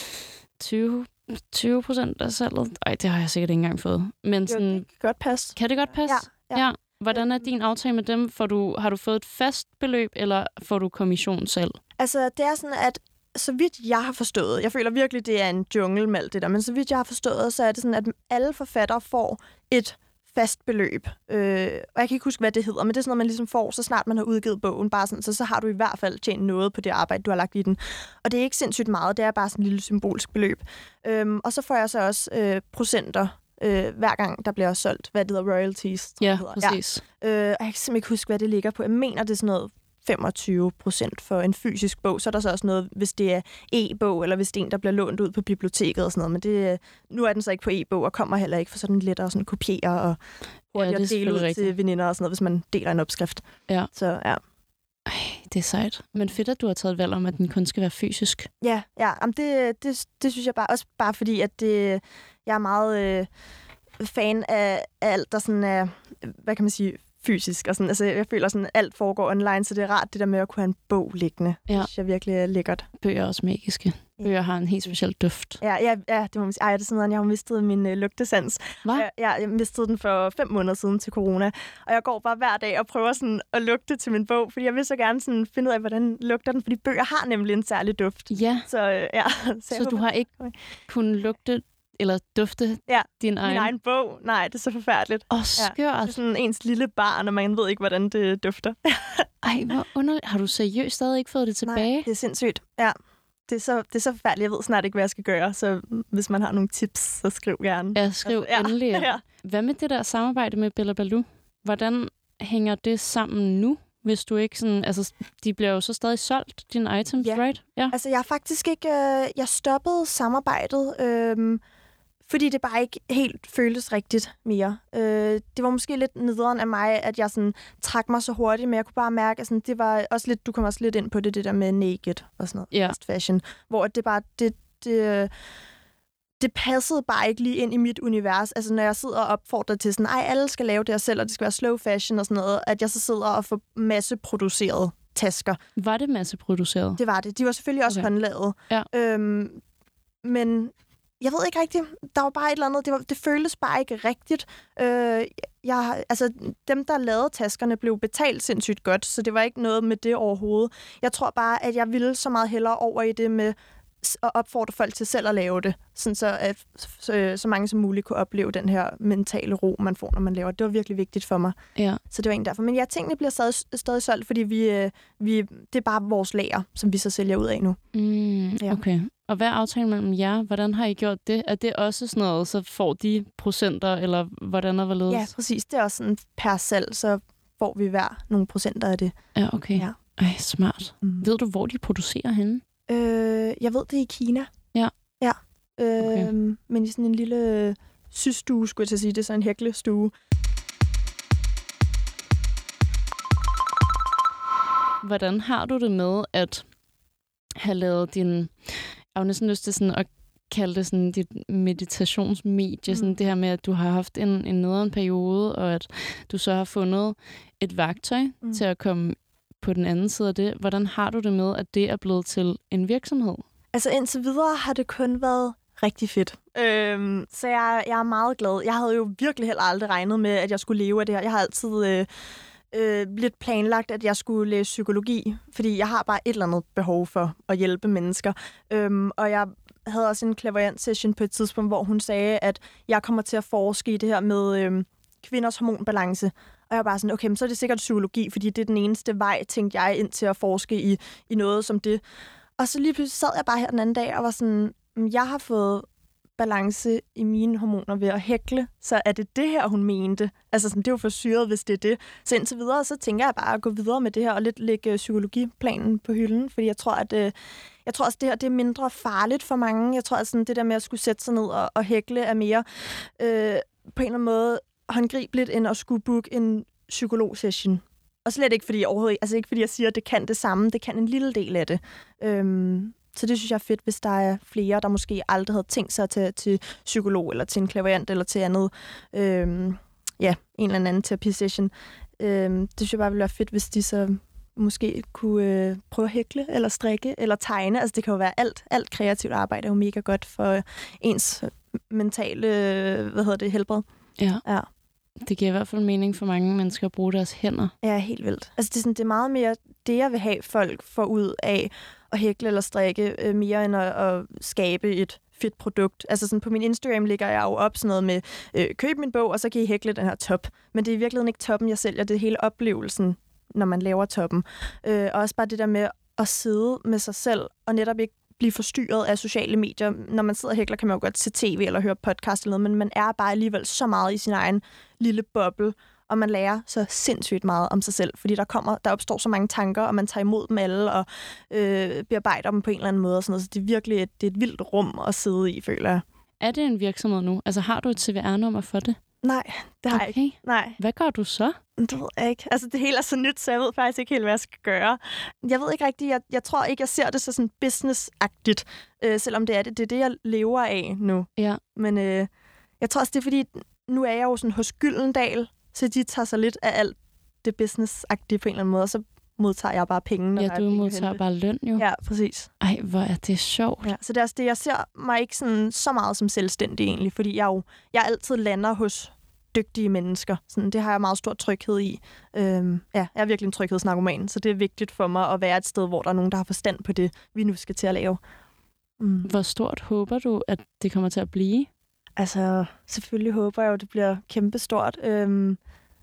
tyve procent af salget. Ej, det har jeg sikkert ikke engang fået. Men sådan, det kan godt passe. Kan det godt passe? Ja. ja. ja. Hvordan er din aftale med dem? Får du, har du fået et fast beløb, eller får du kommission selv? Altså, det er sådan, at så vidt jeg har forstået, jeg føler virkelig, det er en jungle med alt det der, men så vidt jeg har forstået, så er det sådan, at alle forfattere får et fast beløb. Øh, og jeg kan ikke huske, hvad det hedder, men det er sådan noget, man ligesom får, så snart man har udgivet bogen, bare sådan, så, så har du i hvert fald tjent noget på det arbejde, du har lagt i den. Og det er ikke sindssygt meget, det er bare sådan en lille symbolsk beløb. Øhm, og så får jeg så også øh, procenter, øh, hver gang der bliver solgt, hvad det hedder, royalties. Ja, præcis. Ja. Øh, jeg kan simpelthen ikke huske, hvad det ligger på. Jeg mener, det er sådan noget femogtyve procent for en fysisk bog. Så er der så også noget, hvis det er e-bog, eller hvis det er en, der bliver lånt ud på biblioteket og sådan noget. Men det, nu er den så ikke på e-bog, og kommer heller ikke, for så er den lettere sådan kopiere og hurtigt at dele ud rigtigt til veninder og sådan noget, hvis man deler en opskrift. Ja. Så ja. Ej, det er sejt. Men fedt, at du har taget et valg om, at den kun skal være fysisk. Ja, ja. Jamen det, det, det synes jeg bare også bare fordi, at det, jeg er meget øh, fan af, af alt, der sådan er, hvad kan man sige, fysisk. Og sådan, altså, jeg føler, sådan, at alt foregår online, så det er rart, det der med at kunne have en bog liggende. Ja. Det synes jeg virkelig er lækkert. Bøger er også magiske. Bøger har en helt speciel duft. Ja, ja, ja det må man sige. Ej, det er sådan noget, jeg har mistet min øh, lugtesans. Hvad? Jeg, jeg, jeg mistede den for fem måneder siden til corona. Og jeg går bare hver dag og prøver sådan at lugte til min bog, fordi jeg vil så gerne sådan finde ud af, hvordan lugter den. Fordi bøger har nemlig en særlig duft. Ja. Så, øh, ja, så, så du har ikke kunnet lugte eller dufte ja, din egen... min egen bog? Nej, det er så forfærdeligt. Åh, skørt. Ja, det er sådan ens lille barn, og man ved ikke, hvordan det dufter. Ej, hvor underligt. Har du seriøst stadig ikke fået det tilbage? Nej, det er sindssygt. Ja. Det er, så, det er så forfærdeligt. Jeg ved snart ikke, hvad jeg skal gøre, så hvis man har nogle tips, så skriv gerne. Ja, skriv altså, endelig. Ja. Hvad med det der samarbejde med Bella Baloo? Hvordan hænger det sammen nu? Hvis du ikke sådan... Altså, de bliver jo så stadig solgt, dine items, ja. right? Ja. Altså, jeg har faktisk ikke... Øh, jeg stoppede samarbejdet, øh, fordi det bare ikke helt føltes rigtigt mere. Øh, det var måske lidt nederen af mig, at jeg sådan trak mig så hurtigt, men jeg kunne bare mærke, at sådan, det var også lidt... Du kommer også lidt ind på det, det der med naked og sådan noget. Ja. Fast fashion. Hvor det bare... Det, det, det passede bare ikke lige ind i mit univers. Altså, når jeg sidder og opfordrer til sådan, ej, alle skal lave det her selv, og det skal være slow fashion og sådan noget, at jeg så sidder og får masseproduceret tasker. Var det masseproduceret? Det var det. De var selvfølgelig også okay. håndlavet. Ja. Øhm, men jeg ved ikke rigtigt. Der var bare et eller andet. Det, var, det føltes bare ikke rigtigt. Øh, jeg, altså, dem, der lavede taskerne, blev betalt sindssygt godt, så det var ikke noget med det overhovedet. Jeg tror bare, at jeg ville så meget hellere over i det med at opfordre folk til selv at lave det, sådan så, at så, så mange som muligt kunne opleve den her mentale ro, man får, når man laver det. Det var virkelig vigtigt for mig. Ja. Så det var egentlig derfor. Men ja, tingene bliver stadig, stadig solgt, fordi vi, vi, det er bare vores lager, som vi så sælger ud af nu. Mm, ja. Okay. Og hvad er aftalen mellem jer? Hvordan har I gjort det? Er det også sådan noget, så får de procenter, eller hvordan er hvorledes? Ja, præcis. Det er også sådan per salg, så får vi hver nogle procenter af det. Ja, okay. Ja. Ej, smart. Mm. Ved du, hvor de producerer henne? Øh, jeg ved det i Kina. Ja. Ja. Øh, okay. Men i sådan en lille systue, skulle jeg til at sige. Det er så en hæklestue. Hvordan har du det med at have lavet din... Jeg har jo næsten lyst til sådan at kalde det sådan dit meditationsmedie. Mm. Sådan det her med, at du har haft en, en nederen periode, og at du så har fundet et værktøj mm. til at komme på den anden side af det. Hvordan har du det med, at det er blevet til en virksomhed? Altså indtil videre har det kun været rigtig fedt. Øhm, så jeg, jeg er meget glad. Jeg havde jo virkelig heller aldrig regnet med, at jeg skulle leve af det her. Jeg har altid øh, øh, lidt planlagt, at jeg skulle læse psykologi, fordi jeg har bare et eller andet behov for at hjælpe mennesker. Øhm, og jeg havde også en clairvoyant session på et tidspunkt, hvor hun sagde, at jeg kommer til at forske i det her med øh, kvinders hormonbalance. Og jeg var bare sådan, okay, men så er det sikkert psykologi, fordi det er den eneste vej, tænkte jeg, ind til at forske i, i noget som det. Og så lige pludselig sad jeg bare her den anden dag og var sådan, jeg har fået balance i mine hormoner ved at hækle, så er det det her, hun mente? Altså, sådan, det er jo for syret, hvis det er det. Så indtil videre, så tænker jeg bare at gå videre med det her og lidt lægge psykologiplanen på hylden, fordi jeg tror, at øh, jeg tror også, det her det er mindre farligt for mange. Jeg tror, at sådan, det der med at skulle sætte sig ned og, og hækle er mere øh, på en eller anden måde håndgribeligt, end at skulle booke en psykologsession. Og slet ikke fordi, overhovedet, altså ikke fordi jeg siger, at det kan det samme. Det kan en lille del af det. Øhm, så det synes jeg er fedt, hvis der er flere, der måske aldrig havde tænkt sig til, til psykolog, eller til en clairvoyant, eller til andet. Øhm, ja, en eller anden terapisession. Øhm, det synes jeg bare ville være fedt, hvis de så måske kunne øh, prøve at hækle, eller strikke, eller tegne. Altså det kan jo være alt. Alt kreativt arbejde er jo mega godt for ens mentale, hvad hedder det, helbred. Ja. Ja. Det giver i hvert fald mening for mange mennesker at bruge deres hænder. Ja, helt vildt. Altså det er, sådan, det er meget mere det, jeg vil have folk får ud af at hækle eller strikke, øh, mere end at, at skabe et fedt produkt. Altså sådan på min Instagram ligger jeg jo op sådan noget med, øh, køb min bog, og så kan I hækle den her top. Men det er i virkeligheden ikke toppen, jeg sælger. Det er hele oplevelsen, når man laver toppen. Øh, og også bare det der med at sidde med sig selv, og netop ikke blive forstyrret af sociale medier. Når man sidder og hækler, kan man jo godt se tv eller høre podcast eller noget, men man er bare alligevel så meget i sin egen lille boble, og man lærer så sindssygt meget om sig selv, fordi der kommer, der opstår så mange tanker, og man tager imod dem alle, og øh, bearbejder dem på en eller anden måde, og sådan noget. Så det er virkelig et, det er et vildt rum at sidde i, føler jeg. Er det en virksomhed nu? Altså har du et C V R-nummer for det? Nej, det har okay. jeg ikke. Nej. Hvad gør du så? Det ved jeg ikke. Altså, det hele er så nyt, så jeg ved faktisk ikke helt, hvad jeg skal gøre. Jeg ved ikke rigtigt. Jeg, jeg tror ikke, jeg ser det så sådan business-agtigt, øh, selvom det er det. Det er det, jeg lever af nu. Ja. Men øh, jeg tror også, det er fordi, nu er jeg jo sådan hos Gyldendal, så de tager sig lidt af alt det er business-agtigt på en eller anden måde, og så modtager jeg bare penge, når Ja, der er du penge at modtager hente. bare løn jo. Ja, præcis. Ej, hvor er det sjovt. Ja, så det er også det, jeg ser mig ikke sådan, så meget som selvstændig egentlig, fordi jeg jo jeg altid lander hos dygtige mennesker. Sådan, det har jeg meget stor tryghed i. Øhm, ja, jeg er virkelig en tryghedsnarkoman, så det er vigtigt for mig at være et sted, hvor der er nogen, der har forstand på det, vi nu skal til at lave. Mm. Hvor stort håber du, at det kommer til at blive? Altså, selvfølgelig håber jeg jo, at det bliver kæmpestort. Øhm,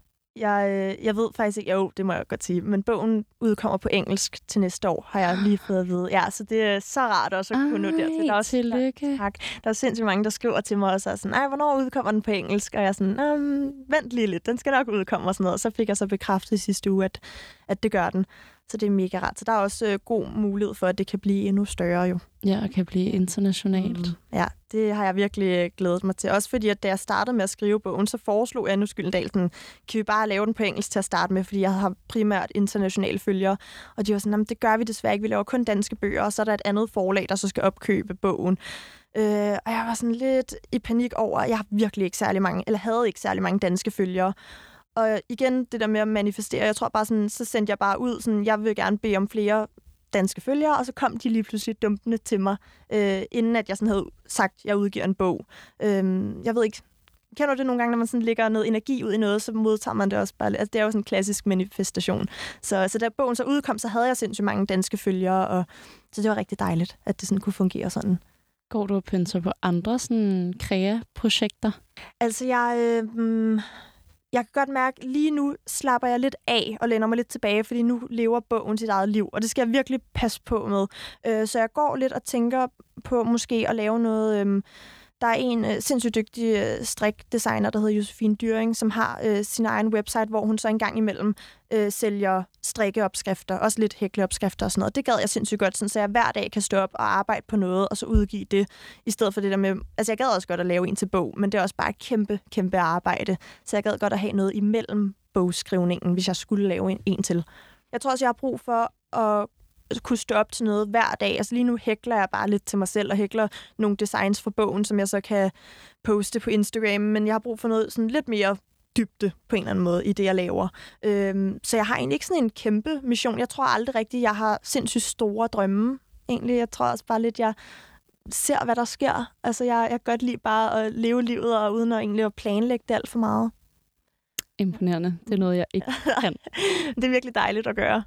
jeg, jeg ved faktisk ikke, jo, det må jeg godt sige, men bogen udkommer på engelsk til næste år, har jeg lige fået at vide. Ja, så det er så rart også at kunne nå dertil. Der er også, tillykke. tak. Der er sindssygt mange, der skriver til mig og så er sådan, ej, hvornår udkommer den på engelsk? Og jeg er sådan, um, vent lige lidt, den skal nok udkomme og sådan noget. Og så fik jeg så bekræftet i sidste uge, at, at det gør den. Så det er mega rart. Så der er også øh, god mulighed for, at det kan blive endnu større jo. Ja, og kan blive internationalt. Mm. Ja, det har jeg virkelig glædet mig til. Også fordi, at da jeg startede med at skrive bogen, så foreslog Anne Gyldendal, sådan, kan vi bare lave den på engelsk til at starte med, fordi jeg har primært internationale følgere. Og de var sådan, det gør vi desværre ikke. Vi laver kun danske bøger, og så er der et andet forlag, der så skal opkøbe bogen. Øh, og jeg var sådan lidt i panik over, at jeg har virkelig ikke særlig mange, eller havde ikke særlig mange danske følgere. Og igen, det der med at manifestere, jeg tror bare sådan, så sendte jeg bare ud, sådan, jeg vil gerne bede om flere danske følgere, og så kom de lige pludselig dumpende til mig, øh, inden at jeg sådan havde sagt, at jeg udgiver en bog. Øh, jeg ved ikke, kender du det nogle gange, når man sådan lægger noget energi ud i noget, så modtager man det også bare. Altså, det er jo sådan en klassisk manifestation. Så, så da bogen så udkom, så havde jeg sindssygt mange danske følgere, og så det var rigtig dejligt, at det sådan kunne fungere sådan. Går du og pynser på andre sådan krea-projekter? Altså, jeg... Øh, Jeg kan godt mærke, lige nu slapper jeg lidt af og læner mig lidt tilbage, fordi nu lever bogen sit eget liv, og det skal jeg virkelig passe på med. Øh, så jeg går lidt og tænker på måske at lave noget... Øh, der er en øh, sindssygt dygtig øh, strikdesigner, der hedder Josefine Dyring, som har øh, sin egen website, hvor hun så en gang imellem øh, sælger strikkeopskrifter, også lidt hækleopskrifter og sådan noget. Det gad jeg sindssygt godt, sådan, så jeg hver dag kan stå op og arbejde på noget, og så udgive det, i stedet for det der med... Altså, jeg gad også godt at lave en til bog, men det er også bare kæmpe, kæmpe arbejde. Så jeg gad godt at have noget imellem bogskrivningen, hvis jeg skulle lave en, en til. Jeg tror også, jeg har brug for at kunne stå op til noget hver dag. Altså lige nu hækler jeg bare lidt til mig selv, og hækler nogle designs fra bogen, som jeg så kan poste på Instagram, men jeg har brug for noget sådan lidt mere dybde på en eller anden måde i det, jeg laver. Øhm, så jeg har egentlig ikke sådan en kæmpe mission. Jeg tror aldrig rigtigt, jeg har sindssygt store drømme. Egentlig, jeg tror også bare lidt, jeg ser, hvad der sker. Altså, jeg, jeg kan godt lide bare at leve livet, og uden at egentlig at planlægge det alt for meget. Imponerende. Det er noget, jeg ikke kan. Det er virkelig dejligt at gøre.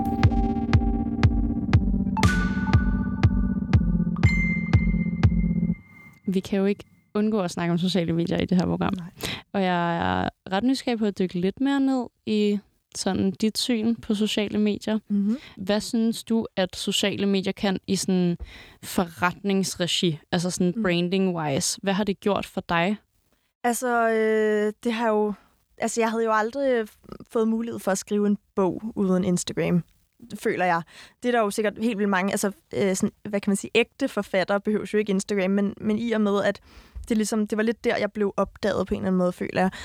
Vi kan jo ikke undgå at snakke om sociale medier i det her program. Nej. Og jeg er ret nysgerrig på at dykke lidt mere ned i sådan dit syn på sociale medier. Mm-hmm. Hvad synes du, at sociale medier kan i sådan forretningsregi, altså sådan Mm. branding-wise? Hvad har det gjort for dig? Altså, øh, det har jo... Altså, jeg havde jo aldrig fået mulighed for at skrive en bog uden Instagram. Føler jeg. Det er der jo sikkert helt vildt mange, altså, øh, sådan, hvad kan man sige, ægte forfattere behøver jo ikke Instagram, men, men i og med, at det, ligesom, det var lidt der, jeg blev opdaget på en eller anden måde, føler jeg.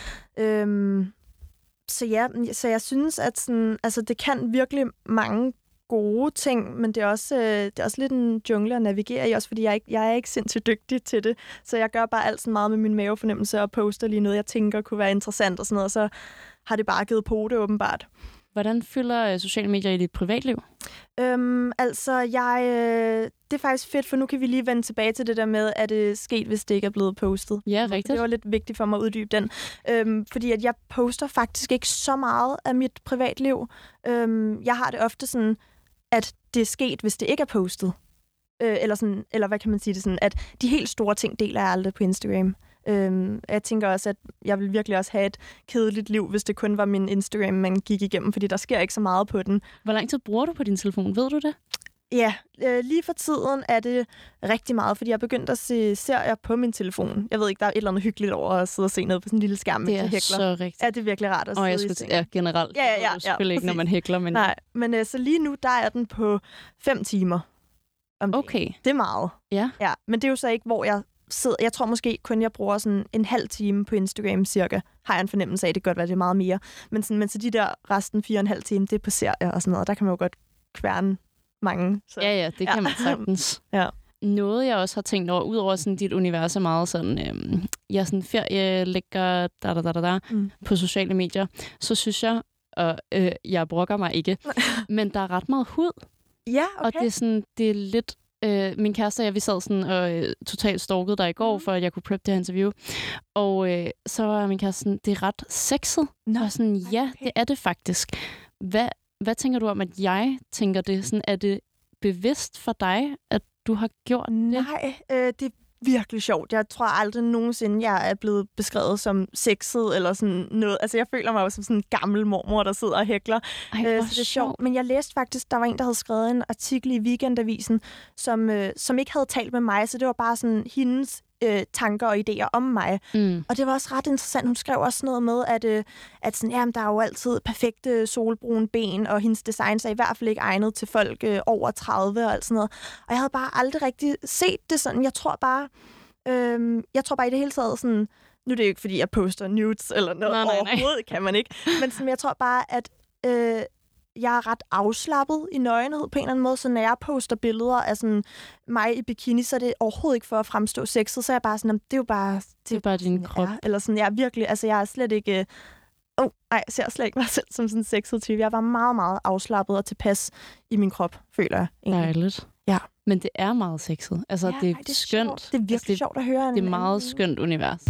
Øhm, så ja, så jeg synes, at sådan, altså, det kan virkelig mange gode ting, men det er også, øh, det er også lidt en jungle at navigere i, også fordi jeg, ikke, jeg er ikke sindssygt dygtig til det, så jeg gør bare alt sådan meget med min mavefornemmelse og poster lige noget, jeg tænker kunne være interessant og sådan noget, og så har det bare givet på det åbenbart. Hvordan fylder sociale medier i dit privatliv? Øhm, altså, jeg, øh, det er faktisk fedt, for nu kan vi lige vende tilbage til det der med, at det er sket, hvis det ikke er blevet postet. Ja, rigtigt. Det var lidt vigtigt for mig at uddybe den. Øhm, fordi at jeg poster faktisk ikke så meget af mit privatliv. Øhm, jeg har det ofte sådan, at det er sket, hvis det ikke er postet. Øh, eller, sådan, eller hvad kan man sige det sådan, at de helt store ting deler jeg aldrig på Instagram. Øhm, jeg tænker også, at jeg vil virkelig også have et kedeligt liv, hvis det kun var min Instagram, man gik igennem, fordi der sker ikke så meget på den. Hvor lang tid bruger du på din telefon? Ved du det? Ja, øh, lige for tiden er det rigtig meget, fordi jeg er begyndt at se serier på min telefon. Jeg ved ikke, der er et eller andet hyggeligt over at sidde og se noget på sådan en lille skærm. Det er hækler. så rigtigt. Ja, det er virkelig rart at Og sidde jeg i skulle seng. ja, generelt. Ja, ja, ja, Det er jo selvfølgelig ja, ikke, når man præcis. hækler, men... Nej, men øh, så lige nu, der er den på fem timer om dagen. Okay. Det er meget. Ja. Ja, men det er jo så ikke, hvor jeg sidder. Jeg tror måske kun, jeg bruger sådan en halv time på Instagram cirka. Har jeg en fornemmelse af, det kan godt være, det er meget mere. Men, sådan, men så de der resten fire og en halv time, det er på serier og sådan noget. Der kan man jo godt kværne mange. Så. Ja, ja, det kan ja. man sagtens. Ja. Noget, jeg også har tænkt over, udover sådan, dit univers er meget sådan, øhm, jeg er sådan ferie, lækker, da, da, da, da, da, mm. på sociale medier, så synes jeg og øh, jeg brokker mig ikke. Men der er ret meget hud. Ja, okay. Og det er, sådan, det er lidt... Øh, min kæreste og jeg, vi sad sådan og øh, totalt stalkede dig i går, mm. for at jeg kunne prep det her interview. Og øh, så var min kæreste sådan, det er ret sexet. No. Og sådan, ja, okay. det er det faktisk. Hvad, hvad tænker du om, at jeg tænker det? Sådan, er det bevidst for dig, at du har gjort det? Nej, øh, det er virkelig sjovt. Jeg tror aldrig nogensinde, jeg er blevet beskrevet som sexet eller sådan noget. Altså, jeg føler mig jo som sådan en gammel mormor, der sidder og hækler. Ej, øh, så det er sjovt. Men jeg læste faktisk, der var en, der havde skrevet en artikel i Weekendavisen, som, øh, som ikke havde talt med mig, så det var bare sådan hendes øh, tanker og idéer om mig. Mm. Og det var også ret interessant. Hun skrev også noget med, at, øh, at sådan, jamen, der er jo altid perfekte solbrune ben, og hendes designs er i hvert fald ikke egnet til folk øh, over tredive og alt sådan noget. Og jeg havde bare aldrig rigtig set det sådan. Jeg tror bare, øh, jeg tror bare i det hele taget sådan, nu er det jo ikke, fordi jeg poster nudes eller noget, nej, nej, nej. Overhovedet kan man ikke. Men sådan, jeg tror bare, at øh, jeg er ret afslappet i nøgenhed på en eller anden måde, så når jeg poster billeder af sådan mig i bikini, så er det overhovedet ikke for at fremstå sexet, så er jeg bare sådan, det er jo bare... Det, det er bare din krop. Er. Eller sådan, jeg er virkelig, altså jeg er slet ikke... Åh, oh, nej, jeg ser slet ikke mig selv som sådan en sexet type. Jeg er bare meget, meget afslappet og tilpas i min krop, føler jeg. Egentlig. Dejligt. Ja. Men det er meget sexet. Altså, ja, det er, ej, det er skønt. Sjovt. Det er virkelig altså, det, sjovt at høre. Det er et meget skønt univers.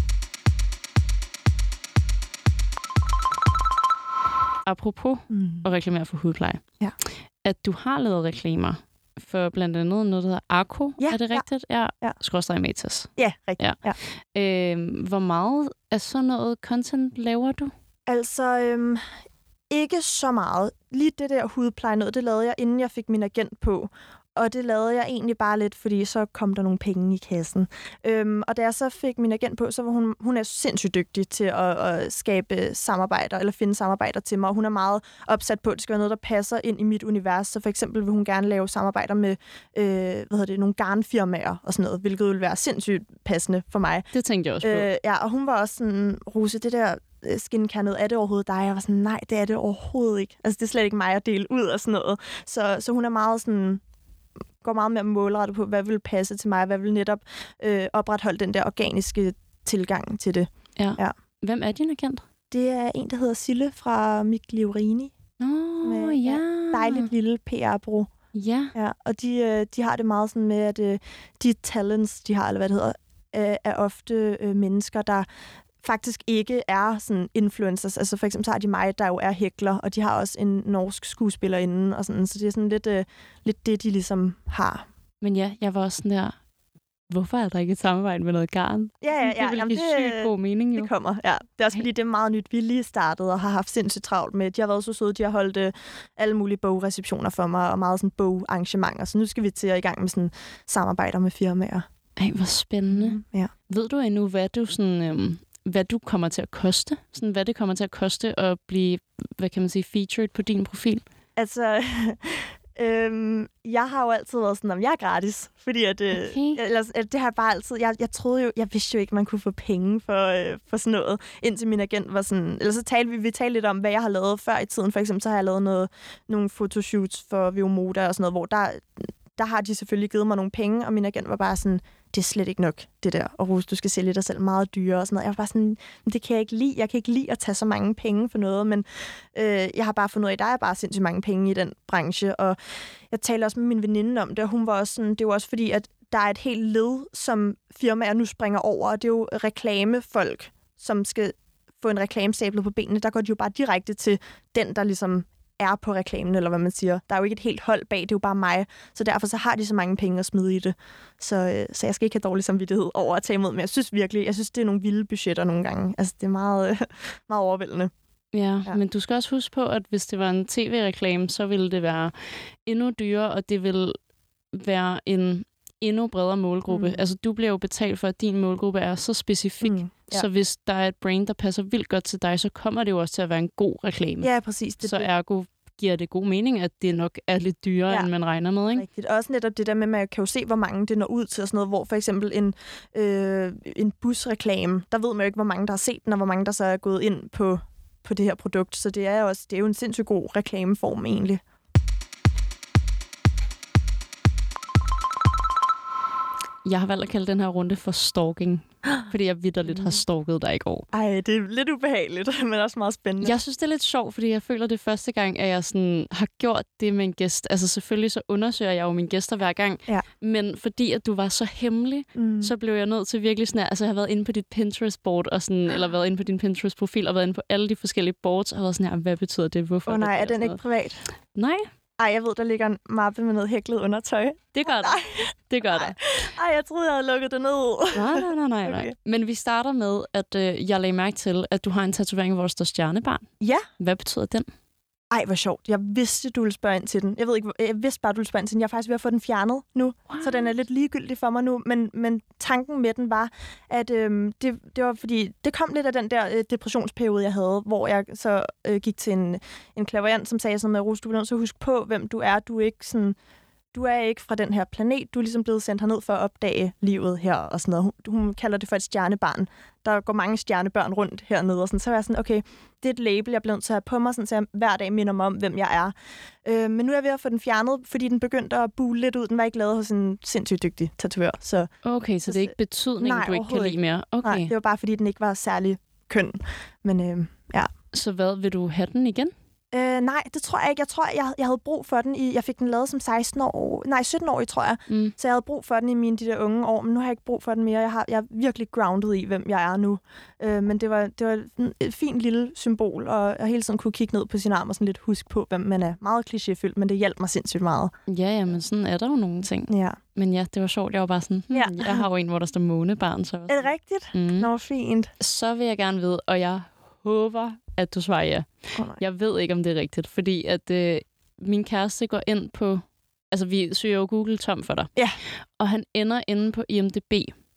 Apropos mm. at reklamere for hudpleje. Ja. At du har lavet reklamer for blandt andet noget, der hedder Arco. Ja, er det rigtigt? Ja. ja. Skråstreg Matas. Ja, rigtigt. Ja. Ja. Øhm, hvor meget af sådan noget content laver du? Altså, øhm, ikke så meget. Lige det der hudpleje noget, det lavede jeg, inden jeg fik min agent på. Og det lavede jeg egentlig bare lidt, fordi så kom der nogle penge i kassen. Øhm, og da jeg så fik min agent på, så var hun, hun er sindssygt dygtig til at, at skabe samarbejder, eller finde samarbejder til mig. Og hun er meget opsat på, at det skal være noget, der passer ind i mit univers. Så for eksempel vil hun gerne lave samarbejder med øh, hvad hedder det, nogle garnfirmaer og sådan noget, hvilket ville være sindssygt passende for mig. Det tænkte jeg også på. Øh, ja, og hun var også sådan, Rose, det der skincare noget, er det overhovedet dig? Jeg var sådan, nej, det er det overhovedet ikke. Altså, det er slet ikke mig at dele ud og sådan noget. Så, så hun er meget sådan... går meget mere målrettet på, hvad vil passe til mig, hvad vil netop øh, opretholde den der organiske tilgang til det. Ja. Ja. Hvem er din agent? Det er en, der hedder Sille fra Migliorini. Åh, oh, ja. ja. Dejligt lille P R-bureau. Ja. ja. Og de, øh, de har det meget sådan med, at øh, de talents, de har, eller hvad det hedder, øh, er ofte øh, mennesker, der faktisk ikke er sådan influencers. Altså for eksempel så har de mig, der jo er hækler, og de har også en norsk skuespiller inden, og sådan, så det er sådan lidt, øh, lidt det, de ligesom har. Men ja, jeg var også sådan der, hvorfor er der ikke et samarbejde med noget garn? Ja, ja, ja. Det vil give sygt god mening, jo. Det kommer, ja. Det er også fordi, det er meget nyt. Vi lige startet og har haft sindssygt travlt med. De har været så søde, de har holdt øh, alle mulige bogreceptioner for mig, og meget sådan bogarrangementer. Så nu skal vi til at i gang med sådan samarbejder med firmaer. Ej, hvor spændende. Mm, ja. Ved du endnu, hvad du sådan... Øhm hvad du kommer til at koste? Sådan, hvad det kommer til at koste at blive, hvad kan man sige, featured på din profil? Altså, øhm, jeg har jo altid været sådan, om jeg er gratis. Fordi at, øh, okay. ellers, at det har jeg bare altid... Jeg, jeg troede jo, jeg vidste jo ikke, man kunne få penge for, øh, for sådan noget, indtil min agent var sådan... Eller så talte vi, vi talte lidt om, hvad jeg har lavet før i tiden. For eksempel så har jeg lavet noget, nogle fotoshoots for Vivo Moda og sådan noget, hvor der... der har de selvfølgelig givet mig nogle penge, og min agent var bare sådan, det er slet ikke nok, det der. Og Rose, du skal sælge dig selv meget dyrere og sådan noget. Jeg var bare sådan, det kan jeg ikke lide. Jeg kan ikke lide at tage så mange penge for noget, men øh, jeg har bare fundet ud af, at der er bare sindssygt mange penge i den branche. Og jeg talte også med min veninde om det, og hun var også sådan, det er jo også fordi, at der er et helt led, som firmaer nu springer over, og det er jo reklamefolk, som skal få en reklamestablet på benene. Der går de jo bare direkte til den, der ligesom er på reklamen, eller hvad man siger. Der er jo ikke et helt hold bag, det er jo bare mig. Så derfor så har de så mange penge at smide i det. Så, øh, så jeg skal ikke have dårlig samvittighed over at tage imod, men jeg synes virkelig, jeg synes, det er nogle vilde budgetter nogle gange. Altså, det er meget, øh, meget overvældende. Ja, ja, men du skal også huske på, at hvis det var en tv-reklame, så ville det være endnu dyrere, og det vil være en endnu bredere målgruppe. Mm. Altså, du bliver jo betalt for, at din målgruppe er så specifik. Mm. Ja. Så hvis der er et brand, der passer vildt godt til dig, så kommer det jo også til at være en god reklame. Ja, præcis. Det så det. ergo giver det god mening, at det nok er lidt dyrere, ja, end man regner med, ikke? Rigtigt. Også netop det der med, at man kan jo se, hvor mange det når ud til, og sådan noget, hvor for eksempel en, øh, en busreklame, der ved man jo ikke, hvor mange der har set den, og hvor mange der så er gået ind på, på det her produkt. Så det er, også, det er jo en sindssygt god reklameform egentlig. Jeg har valgt at kalde den her runde for stalking, fordi jeg vitterligt har stalket dig i går. Ej, det er lidt ubehageligt, men også meget spændende. Jeg synes, det er lidt sjovt, fordi jeg føler, det er første gang, at jeg sådan har gjort det med en gæst. Altså selvfølgelig så undersøger jeg jo mine gæster hver gang, ja. men fordi at du var så hemmelig, mm. så blev jeg nødt til virkelig sådan, altså jeg har været inde på dit Pinterest-board, og sådan, eller været inde på din Pinterest-profil, og været inde på alle de forskellige boards, og været sådan her, hvad betyder det, hvorfor? Åh oh, nej, det, er den ikke privat? Nej. Ej, jeg ved, der ligger en mappe med noget hæklet undertøj. Det gør der. Det gør der. Ej, jeg troede, jeg havde lukket det ned. Nej, nej, nej, nej. Okay. nej. Men vi starter med, at øh, jeg lagde mærke til, at du har en tatovering, hvor der står stjernebarn. Ja. Hvad betyder den? Ej, hvor sjovt. Jeg vidste, du ville spørge ind til den. Jeg ved ikke, jeg vidste bare, du ville spørge ind til den. Jeg er faktisk ved at få den fjernet nu, wow. Så den er lidt ligegyldig for mig nu. Men, men tanken med den var, at øhm, det, det var fordi, det kom lidt af den der øh, depressionsperiode, jeg havde, hvor jeg så øh, gik til en, en clairvoyant, som sagde sådan med, Rose, du bliver nødt til at huske på, hvem du er. Du er ikke sådan... Du er ikke fra den her planet. Du er ligesom blevet sendt herned for at opdage livet her og sådan noget. Hun, hun kalder det for et stjernebarn. Der går mange stjernebørn rundt hernede. Og sådan. Så er jeg sådan, okay, det er et label, jeg bliver nødt til at have på mig, sådan, så jeg hver dag minder mig om, hvem jeg er. Øh, men nu er jeg ved at få den fjernet, fordi den begyndte at bue lidt ud. Den var ikke lavet hos en sindssygt dygtig tatovør. Så, okay, så det er ikke betydningen, nej, du ikke kan lide mere? Okay. Nej, det var bare, fordi den ikke var særlig køn. Men øh, ja. Så hvad, vil du have den igen? Øh, nej, det tror jeg ikke. Jeg tror, jeg, jeg havde brug for den i... Jeg fik den lavet som seksten år... Nej, sytten år, tror jeg. Mm. Så jeg havde brug for den i mine de der unge år, men nu har jeg ikke brug for den mere. Jeg, har, jeg er virkelig grounded i, hvem jeg er nu. Øh, men det var, det var et fint lille symbol, og jeg hele tiden kunne kigge ned på sin arm og sådan lidt huske på, hvem man er. Meget klichéfyldt, men det hjalp mig sindssygt meget. Ja, ja, men sådan er der jo nogle ting. Ja. Men ja, det var sjovt. Jeg var bare sådan, hmm, ja. jeg har jo en, hvor der står månebarn. Så er det rigtigt? Mm. Nå, fint. Så vil jeg gerne vide, og jeg håber, at du svarer ja. Oh, jeg ved ikke, om det er rigtigt, fordi at øh, min kæreste går ind på... Altså, vi søger jo Google tom for dig. Ja. Og han ender inde på I M D B.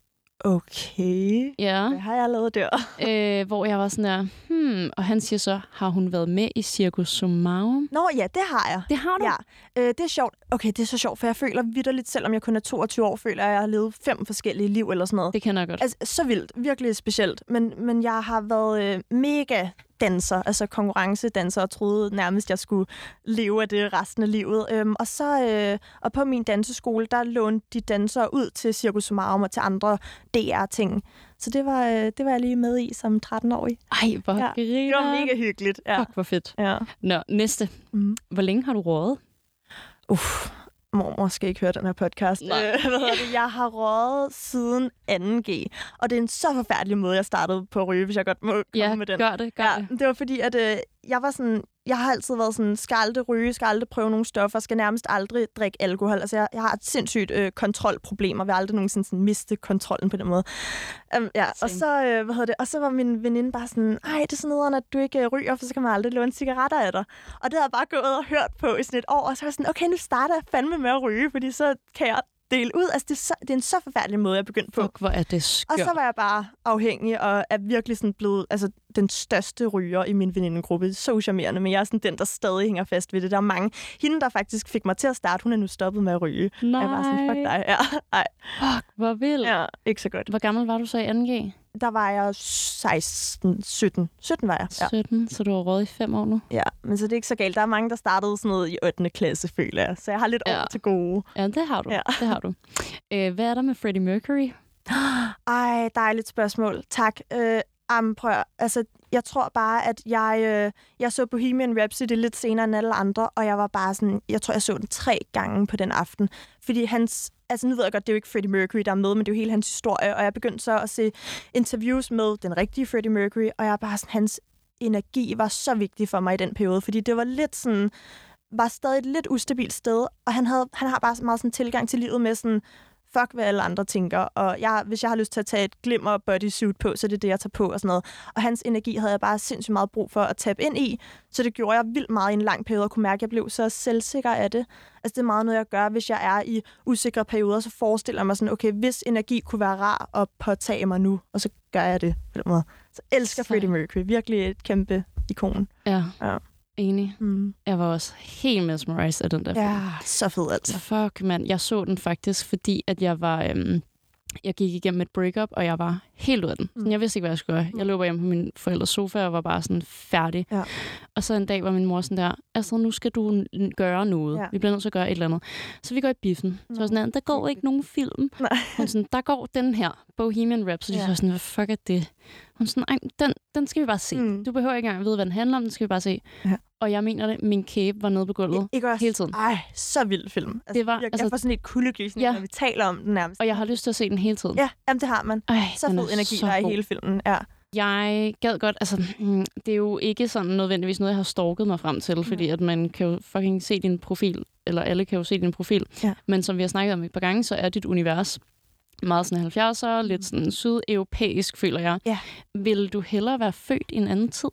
Okay. Ja. Hvad har jeg lavet der? øh, hvor jeg var sådan der, hmm, og han siger så, har hun været med i Cirkus Summarum? Nå ja, det har jeg. Det har du? Ja. Øh, det er sjovt. Okay, det er så sjovt, for jeg føler vitterligt, selvom jeg kun er toogtyve år, føler jeg, at jeg har levet fem forskellige liv eller sådan noget. Det kender jeg godt. Altså, så vildt. Virkelig specielt. Men, men jeg har været øh, mega danser, altså konkurrencedanser, og troede nærmest, jeg skulle leve af det resten af livet. Øhm, og så øh, og på min danseskole, der lånte de dansere ud til Cirkus Summarum og til andre D R-ting. Så det var, øh, det var jeg lige med i som tretten-årig. Ej, hvor ja. griner. Det var mega hyggeligt. Ja. Fuck, hvor fedt. Ja. Nå, næste. Mm. Hvor længe har du røget? Uff. Mormor skal ikke høre den her podcast. Øh, hvad hedder det? Jeg har røget siden anden G, og det er en så forfærdelig måde, jeg startede på at ryge, hvis jeg godt må komme ja, med den. gør det, gør ja, det. Det var fordi, at øh, jeg var sådan... Jeg har altid været sådan, skal aldrig ryge, skal aldrig prøve nogle stoffer, skal nærmest aldrig drikke alkohol. Altså, jeg, jeg har et sindssygt øh, kontrolproblem, og vil aldrig nogensinde sådan, miste kontrollen på den måde. Um, ja, og så, øh, hvad hedder det, og så var min veninde bare sådan, ej, det er sådan noget, at du ikke øh, ryger, for så kan man aldrig låne cigaretter af dig. Og det har jeg bare gået og hørt på i sådan et år, og så var jeg sådan, okay, nu starter jeg fandme med at ryge, fordi så kan jeg dele ud. Altså, det er, så, det er en så forfærdelig måde, jeg begyndte på. Fuck, hvor er det skørt. Og så var jeg bare afhængig, og er virkelig sådan blevet altså, den største ryger i min venindegruppe. Det er så charmerende, men jeg er sådan den, der stadig hænger fast ved det. Der er mange. Hende, der faktisk fik mig til at starte, hun er nu stoppet med at ryge. Nej. Jeg var sådan, fuck dig. Ja, ej. Fuck, hvor vildt. Ja, ikke så godt. Hvor gammel var du så i anden G? Der var jeg seksten, sytten. sytten var jeg. Ja. sytten, så du har røget i fem år nu? Ja, men så det er ikke så galt. Der er mange, der startede sådan noget i ottende klasse, føler jeg. Så jeg har lidt ja. år til gode. Ja, det har du. Ja. Det har du. Øh, hvad er der med Freddie Mercury? Ej, dejligt spørgsmål. Tak. Øh, am, prøv, altså, jeg tror bare, at jeg, øh, jeg så Bohemian Rhapsody lidt senere end alle andre, og jeg var bare sådan, jeg tror, jeg så den tre gange på den aften. Fordi hans, altså nu ved jeg godt, det er jo ikke Freddie Mercury, der er med, men det er jo hele hans historie, og jeg begyndte så at se interviews med den rigtige Freddie Mercury, og jeg bare sådan, hans energi var så vigtig for mig i den periode, fordi det var lidt sådan, var stadig et lidt ustabilt sted, og han, havde, han har bare så meget sådan tilgang til livet med sådan, fuck, hvad alle andre tænker. Og jeg, hvis jeg har lyst til at tage et glimmer bodysuit på, så er det det, jeg tager på og sådan noget. Og hans energi havde jeg bare sindssygt meget brug for at tabe ind i. Så det gjorde jeg vildt meget i en lang periode, og kunne mærke, at jeg blev så selvsikker af det. Altså, det er meget noget, jeg gør, hvis jeg er i usikre perioder, så forestiller jeg mig sådan, okay, hvis energi kunne være rar at påtage mig nu, og så gør jeg det på den måde. Så elsker Freddie Mercury. Virkelig et kæmpe ikon. Ja. Ja. Enig. Mm. Jeg var også helt mesmerized af den der film. Ja, så fed altså. Fuck, mand. Jeg så den faktisk, fordi at jeg var... Øhm, jeg gik igennem et breakup, og jeg var helt ud af den. Mm. Jeg vidste ikke, hvad jeg skulle gøre. Jeg løber hjem på min forældres sofa og var bare sådan færdig. Ja. Og så en dag var min mor sådan der, altså nu skal du gøre noget. Ja. Vi bliver nødt til at gøre et eller andet. Så vi går i biffen. Så var sådan der, der går ikke nogen film. Hun sådan, der går den her, Bohemian Rhapsody. Ja. Så var sådan, hvad fuck er det? Hun sådan, ej, den, den skal vi bare se. Mm. Du behøver ikke engang vide, hvad den handler om. Den skal vi bare se. Ja. Og jeg mener det, min kæbe var nede på gulvet I, hele tiden. Ej, så vild film. Altså, det var, jeg, altså, jeg får sådan et kuldegysning, ja. Når vi taler om den nærmest. Og jeg har lyst til at se den hele tiden. Ja, jamen, det har man. Ej, så fed energi, der er i hele filmen. Ja. Jeg gad godt, altså, det er jo ikke sådan nødvendigvis noget, jeg har stalket mig frem til, fordi at man kan jo fucking se din profil, eller alle kan jo se din profil. Ja. Men som vi har snakket om et par gange, så er dit univers meget sådan halvfjerdser, mm. lidt sådan sydeuropæisk, føler jeg. Ja. Vil du hellere være født i en anden tid?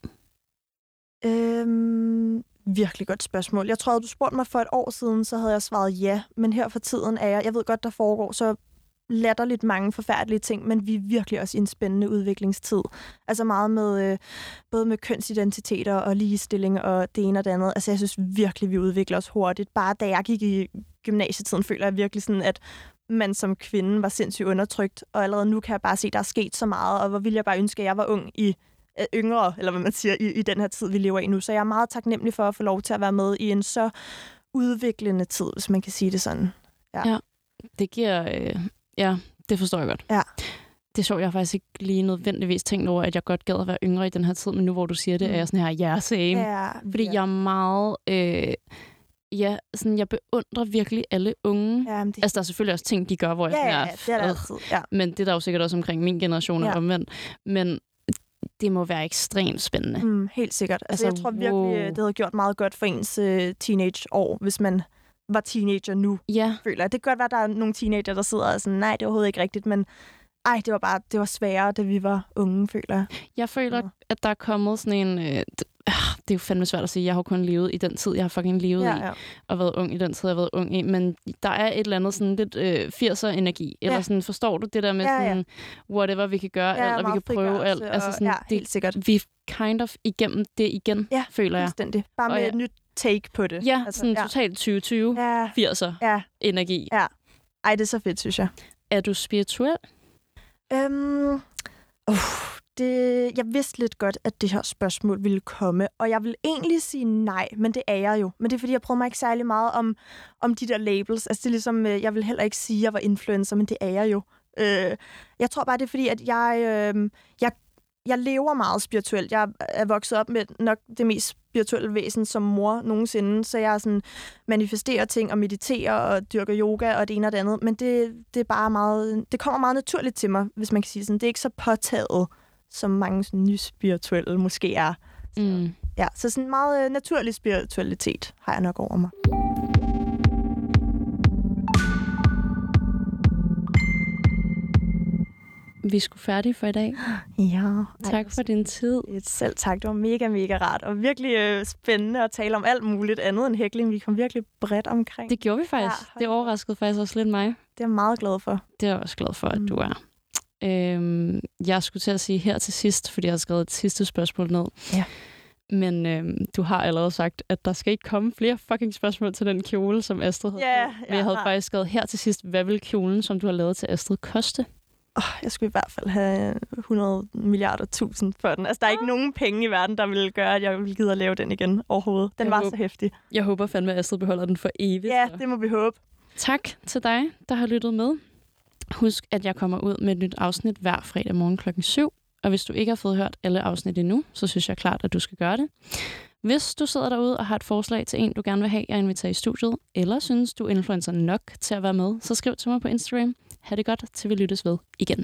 Øhm, virkelig godt spørgsmål. Jeg tror, at du spurgte mig for et år siden, så havde jeg svaret ja. Men her for tiden er jeg, jeg ved godt, der foregår så latterligt mange forfærdelige ting, men vi er virkelig også i en spændende udviklingstid. Altså meget med, øh, både med kønsidentiteter og ligestilling og det ene og det andet. Altså jeg synes virkelig, vi udvikler os hurtigt. Bare da jeg gik i gymnasietiden, føler jeg virkelig sådan, at man som kvinde var sindssygt undertrykt, og allerede nu kan jeg bare se, at der er sket så meget, og hvor ville jeg bare ønske, at jeg var ung i øh, yngre, eller hvad man siger, i, i den her tid, vi lever i nu. Så jeg er meget taknemmelig for at få lov til at være med i en så udviklende tid, hvis man kan sige det sådan. Ja, ja det giver... Øh... Ja, det forstår jeg godt. Ja. Det er sjovt, jeg har faktisk ikke lige nødvendigvis tænkt over, at jeg godt gad at være yngre i den her tid, men nu hvor du siger det, mm. er jeg sådan her, ja, same. Ja, fordi ja. jeg er meget... Øh, ja, sådan, jeg beundrer virkelig alle unge. Ja, det... Altså, der er selvfølgelig også ting, de gør, hvor jeg ja, sådan ja, er... Ja, det er der altid. Ja. Men det er der jo sikkert også omkring min generation og omvendt. Men det må være ekstremt spændende. Mm, helt sikkert. Altså, altså, jeg tror virkelig, wow. det havde gjort meget godt for ens uh, teenageår, hvis man var teenager nu, ja. føler jeg. Det kan godt være, at der er nogle teenager, der sidder og sådan, nej, det er overhovedet ikke rigtigt, men ej, det var bare, det var sværere, da vi var unge, føler jeg. Jeg føler, ja. at der er kommet sådan en... Øh, det er jo fandme svært at sige, jeg har kun levet i den tid, jeg har fucking levet ja, ja. i, og været ung i den tid, jeg har været ung i, men der er et eller andet sådan lidt øh, firser-energi, eller ja. sådan, forstår du det der med ja, ja. sådan, whatever vi kan gøre, ja, alt, og vi kan prøve alt. Altså sådan, ja, det, helt sikkert. Vi er kind of igennem det igen, ja, føler jeg. Fuldstændig. Bare med og et ja. nyt take på det. Ja, altså, sådan ja. totalt tyve tyve, ja. firser-energi. Ja. Ej, det er så fedt, synes jeg. Er du spirituel? Øhm, uh, det, jeg vidste lidt godt, at det her spørgsmål ville komme, og jeg vil egentlig sige nej, men det er jeg jo. Men det er, fordi jeg prøver mig ikke særlig meget om, om de der labels. Altså, det er ligesom, jeg vil heller ikke sige, at jeg var influencer, men det er jeg jo. Øh, jeg tror bare, det er fordi, at jeg, øh, jeg, jeg lever meget spirituelt. Jeg er vokset op med nok det mest spirituelle væsen som mor nogensinde, så jeg sådan manifesterer ting og mediterer og dyrker yoga og det ene og det andet. Men det, det er bare meget, det kommer meget naturligt til mig, hvis man kan sige sådan. Det er ikke så påtaget, som mange sådan nyspirituelle måske er. Så, mm. ja, så sådan meget øh, naturlig spiritualitet har jeg nok over mig. Vi er sgu færdige for i dag. Ja. Tak for din tid. Selv tak. Det var mega, mega rart. Og virkelig øh, spændende at tale om alt muligt andet end hækling. Vi kom virkelig bredt omkring. Det gjorde vi faktisk. Ja, det overraskede faktisk også lidt mig. Det er jeg meget glad for. Det er jeg også glad for, at mm. du er. Øhm, jeg skulle til at sige her til sidst, fordi jeg har skrevet et sidste spørgsmål ned. Ja. Men øhm, du har allerede sagt, at der skal ikke komme flere fucking spørgsmål til den kjole, som Astrid havde. Yeah, Men jeg havde ja. faktisk skrevet her til sidst, hvad vil kjolen, som du har lavet til Astrid, koste? Oh, jeg skulle i hvert fald have hundrede milliarder tusind for den. Altså, der er ikke nogen penge i verden, der ville gøre, at jeg ville gide at lave den igen overhovedet. Den jeg var håber, så hæftig. Jeg håber fandme, at Astrid beholder den for evigt. Ja, det må vi håbe. Tak til dig, der har lyttet med. Husk, at jeg kommer ud med et nyt afsnit hver fredag morgen klokken syv. Og hvis du ikke har fået hørt alle afsnit endnu, så synes jeg klart, at du skal gøre det. Hvis du sidder derude og har et forslag til en, du gerne vil have, jeg inviterer i studiet, eller synes, du er influencer nok til at være med, så skriv til mig på Instagram. Ha' det godt, til vi lyttes ved igen.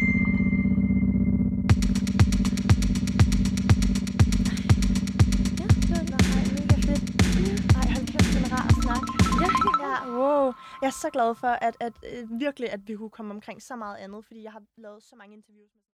Wow. Jeg er så glad for, at, at, at virkelig, at vi kunne komme omkring så meget andet, fordi jeg har lavet så mange interviews med